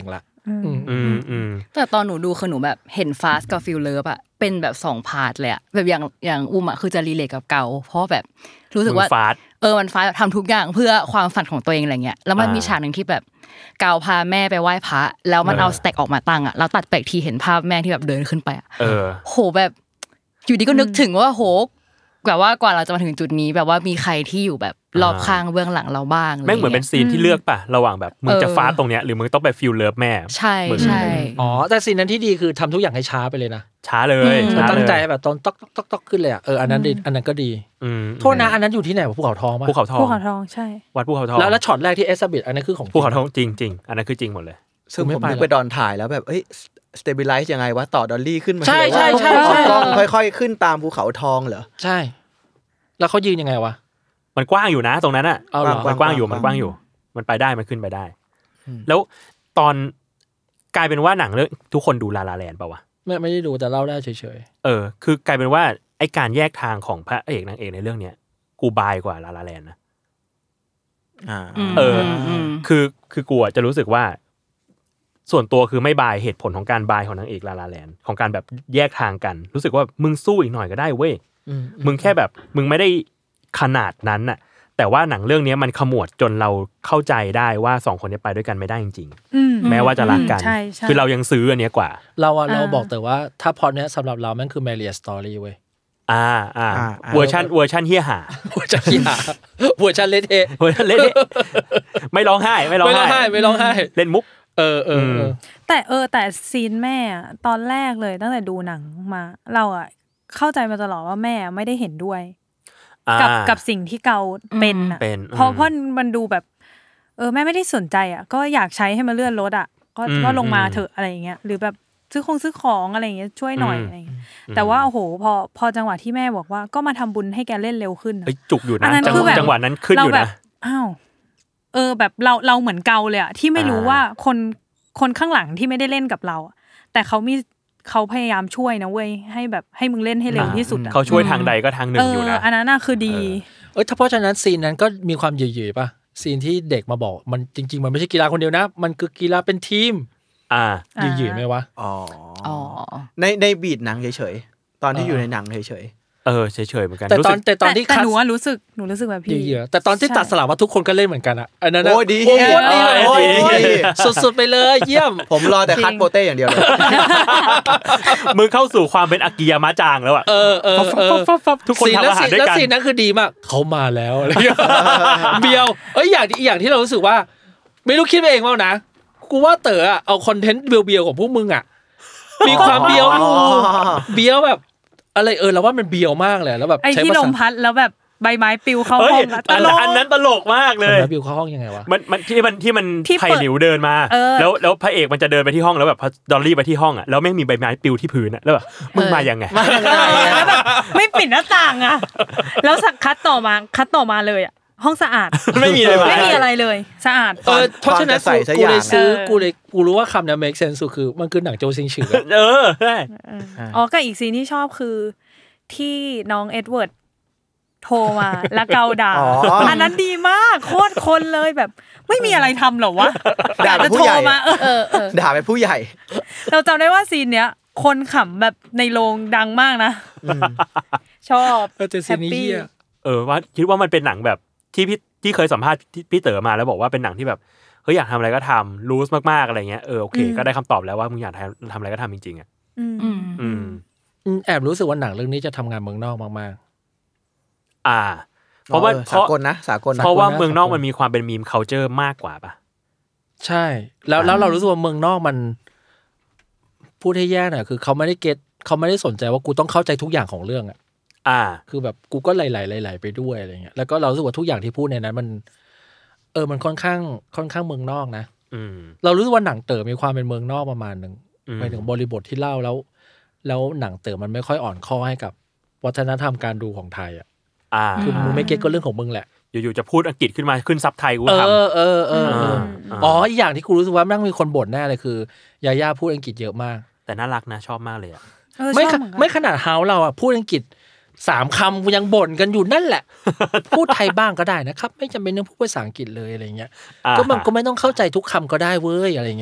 อืมอืมอืมแต่ตอนหนูดูคือหนูแบบเห็น Fast กับ Feel Love อะเป็นแบบสองพาร์ทเลยอะแบบอย่างอย่างอุ้มอะคือจะรีเลทกับเกาเพราะแบบรู้สึกว่ามึง Fast เออมันฟาสทำทุกอย่างเพื่อความฝันของตัวเองอะไรเงี้ยแล้วมันอ่ามีมีฉากนึงที่แบบเกาพาแม่ไปไหว้พระแล้วมันเออเอาสเต็กออกมาตั้งอะแล้วตัดไปอีกทีเห็นภาพแม่ที่แบบเดินขึ้นไปอะเออโหแบบอยู่ดีก็นึกถึงว่าโหแบบว่ากว่าเราจะมาถึงจุดนี้แบบว่ามีใครที่อยู่แบบรอบข้างเบื้องหลังเราบ้างแม่งเหมือนเป็นซีนที่เลือกป่ะระหว่างแบบมึงจะเออฟาสตรงเนี้ยหรือมึงต้องไปฟิลเลิฟแม่ใช่เหมือนใช่อ๋อแต่ซีนนั้นที่ดีคือทำทุกอย่างให้ช้าไปเลยนะช้าเลยอืมช้าตั้เลงใจยแบบตอนต๊อกต๊อกต๊อกต๊อกขึ้นเลยอ่ะเอออันนั้นดีอันนั้นก็ดีอืมโทษนะอันนั้นอยู่ที่ไหนวะภูเขาทองป่ะภูเขาทองภูเขาทองใช่วัดภูเขาทองแล้วแล้วช็อตแรกที่เอสบิทอันนั้นคือของภูเขาทองจริงจริงอันนั้นคือจริงหมดเลยซึ่งผมนึกไปดอนถ่ายแล้วแบบเอ้ยสเตเบลไลซ์ยังไงวะต่อดอลลี่ขึ้นมาใช่ใช่ใช่เอาใช่กล้องค่อยๆขึ้นตามภูเขาทองเหรอใช่ แล้วเขายืนยังไงวะมันกว้างอยู่นะตรงนั้นอ่ะเอาเหรอมันกว้างอยู่มันกว้างอยู่ มันไปได้มันขึ้นไปได้ แล้วตอนกลายเป็นว่าหนังเรื่องทุกคนดูลาลาแลนด์ป่าวะไม่ไม่ได้ดูแต่เล่าได้เฉยเออคือกลายเป็นว่าไอการแยกทางของพระเอกนางเอกในเรื่องเนี้ยกูบายกว่าลาลาแลนด์นะอ่าเออมคือคือกูอะจะรู้สึกว่า ส่วนตัวคือไม่บายเหตุผลของการบายของนางเอกลาลาแลนด์ของการแบบแยกทางกัน รู้สึกว่ามึงสู้อีกหน่อยก็ได้เว้ยอืมมึงแค่แบบมึงไม่ได้ขนาดนั้นน่ะ แต่ว่าหนังเรื่องนี้มันขมวดจนเราเข้าใจได้ว่าสองคนนี้ไปด้วยกันไม่ได้จริงอืมๆแม้ว่าจะรักกันใช่ใช่คือเรายังซื้ออันเนี้ยกว่าๆเราอะอ่าเราบอกแต่ว่าถ้าพอดเนี้ยสำหรับเราแม่งคือแมรี่สตอรี่เว้ยอ่าอ่าอ่าอ่าเวอร์ชันเวอร์ชันเฮียหาเวอร์ชันยาเวอร์ชันเละเทะเวอร์ชันเล่นไม่ร้องไห้ไม่ร้องไม่ร้องไห้ไห้ไม่ร้องไห้เล่นมุกเออเออเออแต่เออแต่ซีนแม่อะตอนแรกเลยตั้งแต่ดูหนังมา เราอะเข้าใจมาตลอดว่าแม่ไม่ได้เห็นด้วย กับอ่ากับสิ่งที่เกาเป็นอะเป็นเพราะอืมเพราะมันดูแบบ เออแม่ไม่ได้สนใจอ่ะก็อยากใช้ให้มันเลื่อนรถอ่ะก็อืมก็ลงมาอืมเถอะอะไรอย่างเงี้ยหรือแบบซื้อคงซื้อของอะไรอย่างเงี้ยช่วยหน่อยอืมอะไรอย่างเงี้ยแต่ว่าโอ้โหพอพอจังหวะที่แม่บอกว่าก็มาทำบุญให้แกเล่นเร็วขึ้นอะเอ้ยจุกอยู่อันะนนั้นจังคือแบบจังหวะนั้นขึ้นอยู่เราแบนะบอ้าวเออแบบเราเราเหมือนเกาเลยอะที่ไม่รู้อ่าว่าคนคนข้างหลังที่ไม่ได้เล่นกับเราอะแต่เขามีเขาพยายามช่วยนะเว้ยให้แบบให้มึงเล่นให้เร็วที่สุดอะเขาช่วยทางใดก็ทางหนึ่เองอยู่อนะอันนั้นน่ะคือดีเอ้ยถ้าเพราะฉะนั้นซีนนั้นก็มีความหยื่ๆป่ะซีนที่เด็กมาบอกมันจริง ๆ มันไม่ใช่กีฬาคนเดียวนะ มันคือกีฬาเป็นทีมอ่าอ่าหยื่ๆไหมวะอ๋ออ๋อในในบีดหนังเฉยๆตอนที่อยู่ในหนังเฉยเออเฉยๆเหมือนกันแต่รู้ตอสึนกแต่ตอนแต่ที่แต่คัหนูสว่ารู้สึกหนูรู้สึกแบบพี่เหยื่อๆแต่ตอนที่ตัดสลับว่าทุกคนก็เล่นเหมือนกันอะอันนั้นๆน่ะโอ้ยดีโอ้โหดีเลยโอ้ยดีสุดๆไปเลยเยี่ยมผมรอแต่คัดโปเต้อย่างเดียวเลยมึงเข้าสู่ความเป็นอากิยามะจางแล้วอ่ะเออเออเออฟับฟับทุกคนซีนทำแล้วอาหารซีนด้วยแล้วกันซีนนั้นคือดีมากเขามาแล้วอะไรอย่างเงี้ยเบียวเอ้ยอย่างที่อย่างที่เรารู้สึกว่า ไม่รู้คิดไปเองว่านะกูว่าเต๋ออะเอาคอนเทนต์เบียวๆของพวกมึงอ่ะมีความเบียวอยู่เบียวแบบอะไรเออเราว่ามันเบียวมากเลยแล้วแบบไอ้ใช้ที่ภาลษามพัดแล้วแบบใบไม้ปลิวเข้าเฮ้ห้อย งอะตอันลกอันนั้นตลกมากเลยแล้วบิวเข้าห้องยังไงวะมันมันที่มันที่มันที่ไผ่เปิดหลิวเดินมาเออแล้วแล้วพระเอกมันจะเดินไปที่ห้องแล้วแบบพอดอลลี่ไปที่ห้องอ่ะแล้วแม่งมีใบไม้ปลิวที่พื้นอ่ะแล้วแบบมึงมายังไงแล้วแบบไม่ปิดหน้าต่างอะแล้วสักคัดต่อมาคัดต่อมาเลยอะห้องสะอาดไม่มีเลยไม่มีอะไรเลยสะอาดเออเพราะฉะนั้นใส่กูซะกูอย่างเลยซื้อเออกูเลยกูรู้ว่าคำนี้ make sense สุดคือมันคือหนังโจซิงฉืออะเออใช่อ๋อก็อีกซีนที่ชอบคือที่น้องเอ็ดเวิร์ดโทรมาแล้วเกาด่าอ๋ออัอันนั้นดีมากโคตรคนเลยแบบ ไม่มีอะไรทำหรอวะด่าเป็นจะผู้โทรใหญ่มาเออเออเออด่าเป็นผู้ใหญ่เราจำได้ว่าซีนเนี้ย คนขำแบบในโรงดังมากนะชอบเออแต่ซีนนี้เหี้ยเออว่าคิดว่ามันเป็นหนังแบบที่พี่ที่เคยสัมภาษณ์พี่พี่เต๋อมาแล้วบอกว่าเป็นหนังที่แบบเฮ้ยอยากทำอะไรก็ทำรูสมากๆอะไรเงี้ยเออโอเคก็ได้คำตอบแล้วว่ามึงอยากทำทำอะไรก็ทำจริงๆอ่ะอืมอืมอืมอืมแอบรู้สึกว่าหนังเรื่องนี้จะทำงานเมืองนอกมากอ่า เพราะว่าออเพสาราะกลนะสากลนะเพราะว่าสากลนะเมืองนอกมันมีความเป็นมีม culture มากกว่าปะๆ ใช่ แล้วแล้วเรารู้สึกว่าเมืองนอกมัน พูดให้แย่หน่อยคือเขาไม่ได้เก็ตเขาไม่ได้สนใจว่ากูต้องเข้าใจทุกอย่างของเรื่องอ่ะอ่าคือแบบกูก็ไหลๆไหลๆไปด้วยอะไรเงี้ยแล้วก็เรารู้สึกว่าทุกอย่างที่พูดในนั้นมัน เออมันค่อนข้างค่อนข้างเมืองนอกนะอืมเรารู้สึกว่าหนังเต๋อมีความเป็นเมืองนอกประมาณหนึ่งอืมหมายถึงบริบทที่เล่าแล้ว แล้วหนังเต๋อมันไม่ค่อยอ่อนข้อให้กับ วัฒนธรรมการดูของไทยอ่ะอ่าคือมึงไม่เก็ตก็เรื่องของมึงแหละอยู่ๆจะพูดอังกฤษขึ้นมาขึ้นซับไทยกูเอทำอเออเออเอออ่าอ๋ออีกอย่างที่กูรู้สึกว่าแม่งมีคนบ่นแน่เลยคือยาย่าพูดอังกฤษเยอะมากแต่น่ารักนะชอบมากเลยอ่ะเออไม่ชอบขเหมือนกันไม่ขนาดเฮาเราอ่ะพูดอังกฤษสามคำกูยังบ่นกันอยู่นั่นแหละ พูดไทยบ้างก็ได้นะครับ ไม่จำเป็นต้องพูดภาษาอังกฤษเลยอะไรเงี้ยอ่าก็มันก็ไม่ต้องเข้าใจทุกคำก็ได้เว้ยอะไรเงี้ย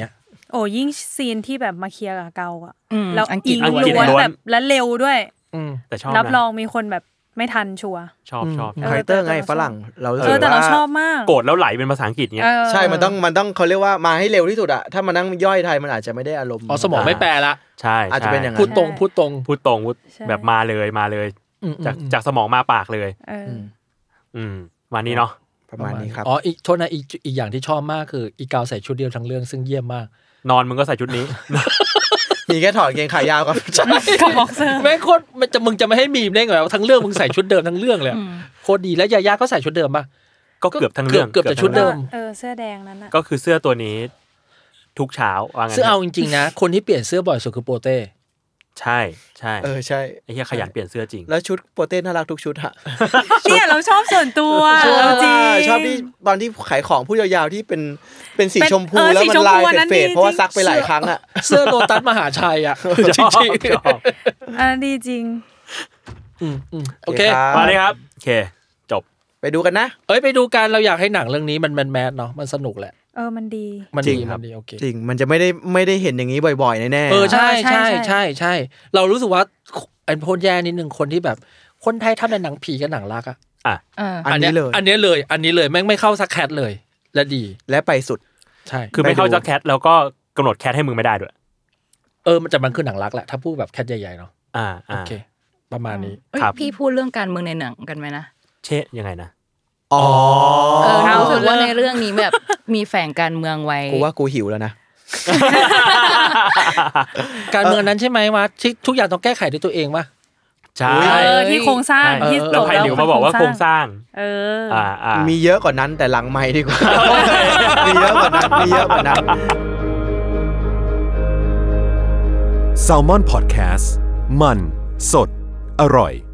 โอ้ยิ่งซีนที่แบบมาเคลียร์กับเกาอ่ะอืมแล้วอังกฤษอิงอังกฤษล้วนล้วนแบบและเร็วด้วยอืมแต่ชอบรับรนะองมีคนแบบไม่ทันชัวร์ชอบชอบเออคาแรคเตอร์แต่ไงเราชอบฝรั่งเรารู้เอสึอก แต่เราว่าชอบมากโกรธแล้วไหลเป็นภาษาอังกฤษเงี้ยเออใช่มันต้องมันต้องเขาเรียกว่ามาให้เร็วที่สุดอะถ้ามานั่งย่อยไทยมันอาจจะไม่ได้อารมณ์อ๋อสมองไม่แปลละใช่อาจจะเป็นอย่างนั้นพูดตรงพูดตรงพูดตรงพูดใช่แบบมาเลยมาเลยอืมจากอืมจากสมองมาปากเลยเออออืมวันนี้เนาะประมาณนี้ครับอ๋ออีกโทษนะอีกอีกอย่างที่ชอบมากคืออีกาวใส่ชุดเดียวทั้งเรื่องซึ่งเยี่ยมมากนอนมึงก็ใส่ชุดนี้มีแค่ถอดกางเกงขายาวกับกับบ็อกเซอร์แม่งโคตรมันจะมึงจะไม่ให้มีมได้ไงวะทั้งเรื่องมึงใส่ชุดเดิมทั้งเรื่องเลยอะโคตรดีแล้วยาย่าก็ใส่ชุดเดิมป่ะก็เกือบทั้งเรื่องเกือบจะชุดเดิมเออเสื้อแดงนั้นอ่ะก็คือเสื้อตัวนี้ ทุกเช้าว่างั้นซึ่งเอาจริงๆนะคนที่เปลี่ยนเสื้อบ่อยสุดคือโปเต้ใช่ใช่เออใช่ไอ้เหี้ยขยันเปลี่ยนเสื้อจริงแล้วชุดโปเต้น่ารักทุกชุดฮะเนี่ยเราชอบส่วนตัวชอบเอาจริงชอบที่ตอนที่ขายของผู้ยาวๆที่เป็นเป็นสีเป็นชมพูเออแล้วสีมัชนมพูลายอันนั้นเฟดดีๆเพราะว่าจริงซักไปหลายครั้งอ่ะเสื้อโลตัสมหาชัยอ่ะชอบจริงชอบอันนั้นดีจริงๆอืมอืมโอเคครับมาเลยครับโอเคจบไปดูกันนะเอ้ยไปดูกันเราอยากให้หนังเรื่องนี้มันแมนแมสเนาะมันสนุกแหละเออมันดีมันจริดีงครับมันดีโอเคจริงมันจะไม่ได้ไม่ได้เห็นอย่างนี้บ่อยๆแน่ๆเออใช่ใช่ใช่ใช่ใช่ใช่เรารู้สึกว่าไอ้โพดแย่นิดนึงคนที่แบบคนไทยทำแต่หนังผีกับหนังรักอ่ะอ่ะเอออันนี้เลยอันนี้เลย อันนี้เลยแม่งไม่เข้าสักแคทเลย และดีและไปสุดใช่คือไม่เข้าไปดูจะแคทแล้วก็กำหนดแคทให้มึงไม่ได้ด้วยเออมันจะมันคือหนังรักแหละถ้าพูดแบบแคทใหญ่ๆเนาะอ่าโออ่าเค ประมาณนี้เอ้ยครับพี่พูดเรื่องการเมืองในหนังกันไหมนะเช่ยังไงนะอ๋อเออรู้สึกว่าในเรื่องนี้แบบมีแฝงการเมืองไว้กูว่ากูหิวแล้วนะการเมืองนั้นใช่ไหมวะที่ทุกอย่างต้องแก้ไขด้วยตัวเองวะใช่เออที่โครงสร้างใช่ที่แล้วไผ่หลิวมาบอกว่าโครงสร้างเอออ่าอ่ามีเยอะกว่านั้นแต่หลังไมค์ดีกว่า มีเยอะกว่านั้นมีเยอะกว่านั้น Salmon Podcast มันสดอร่อย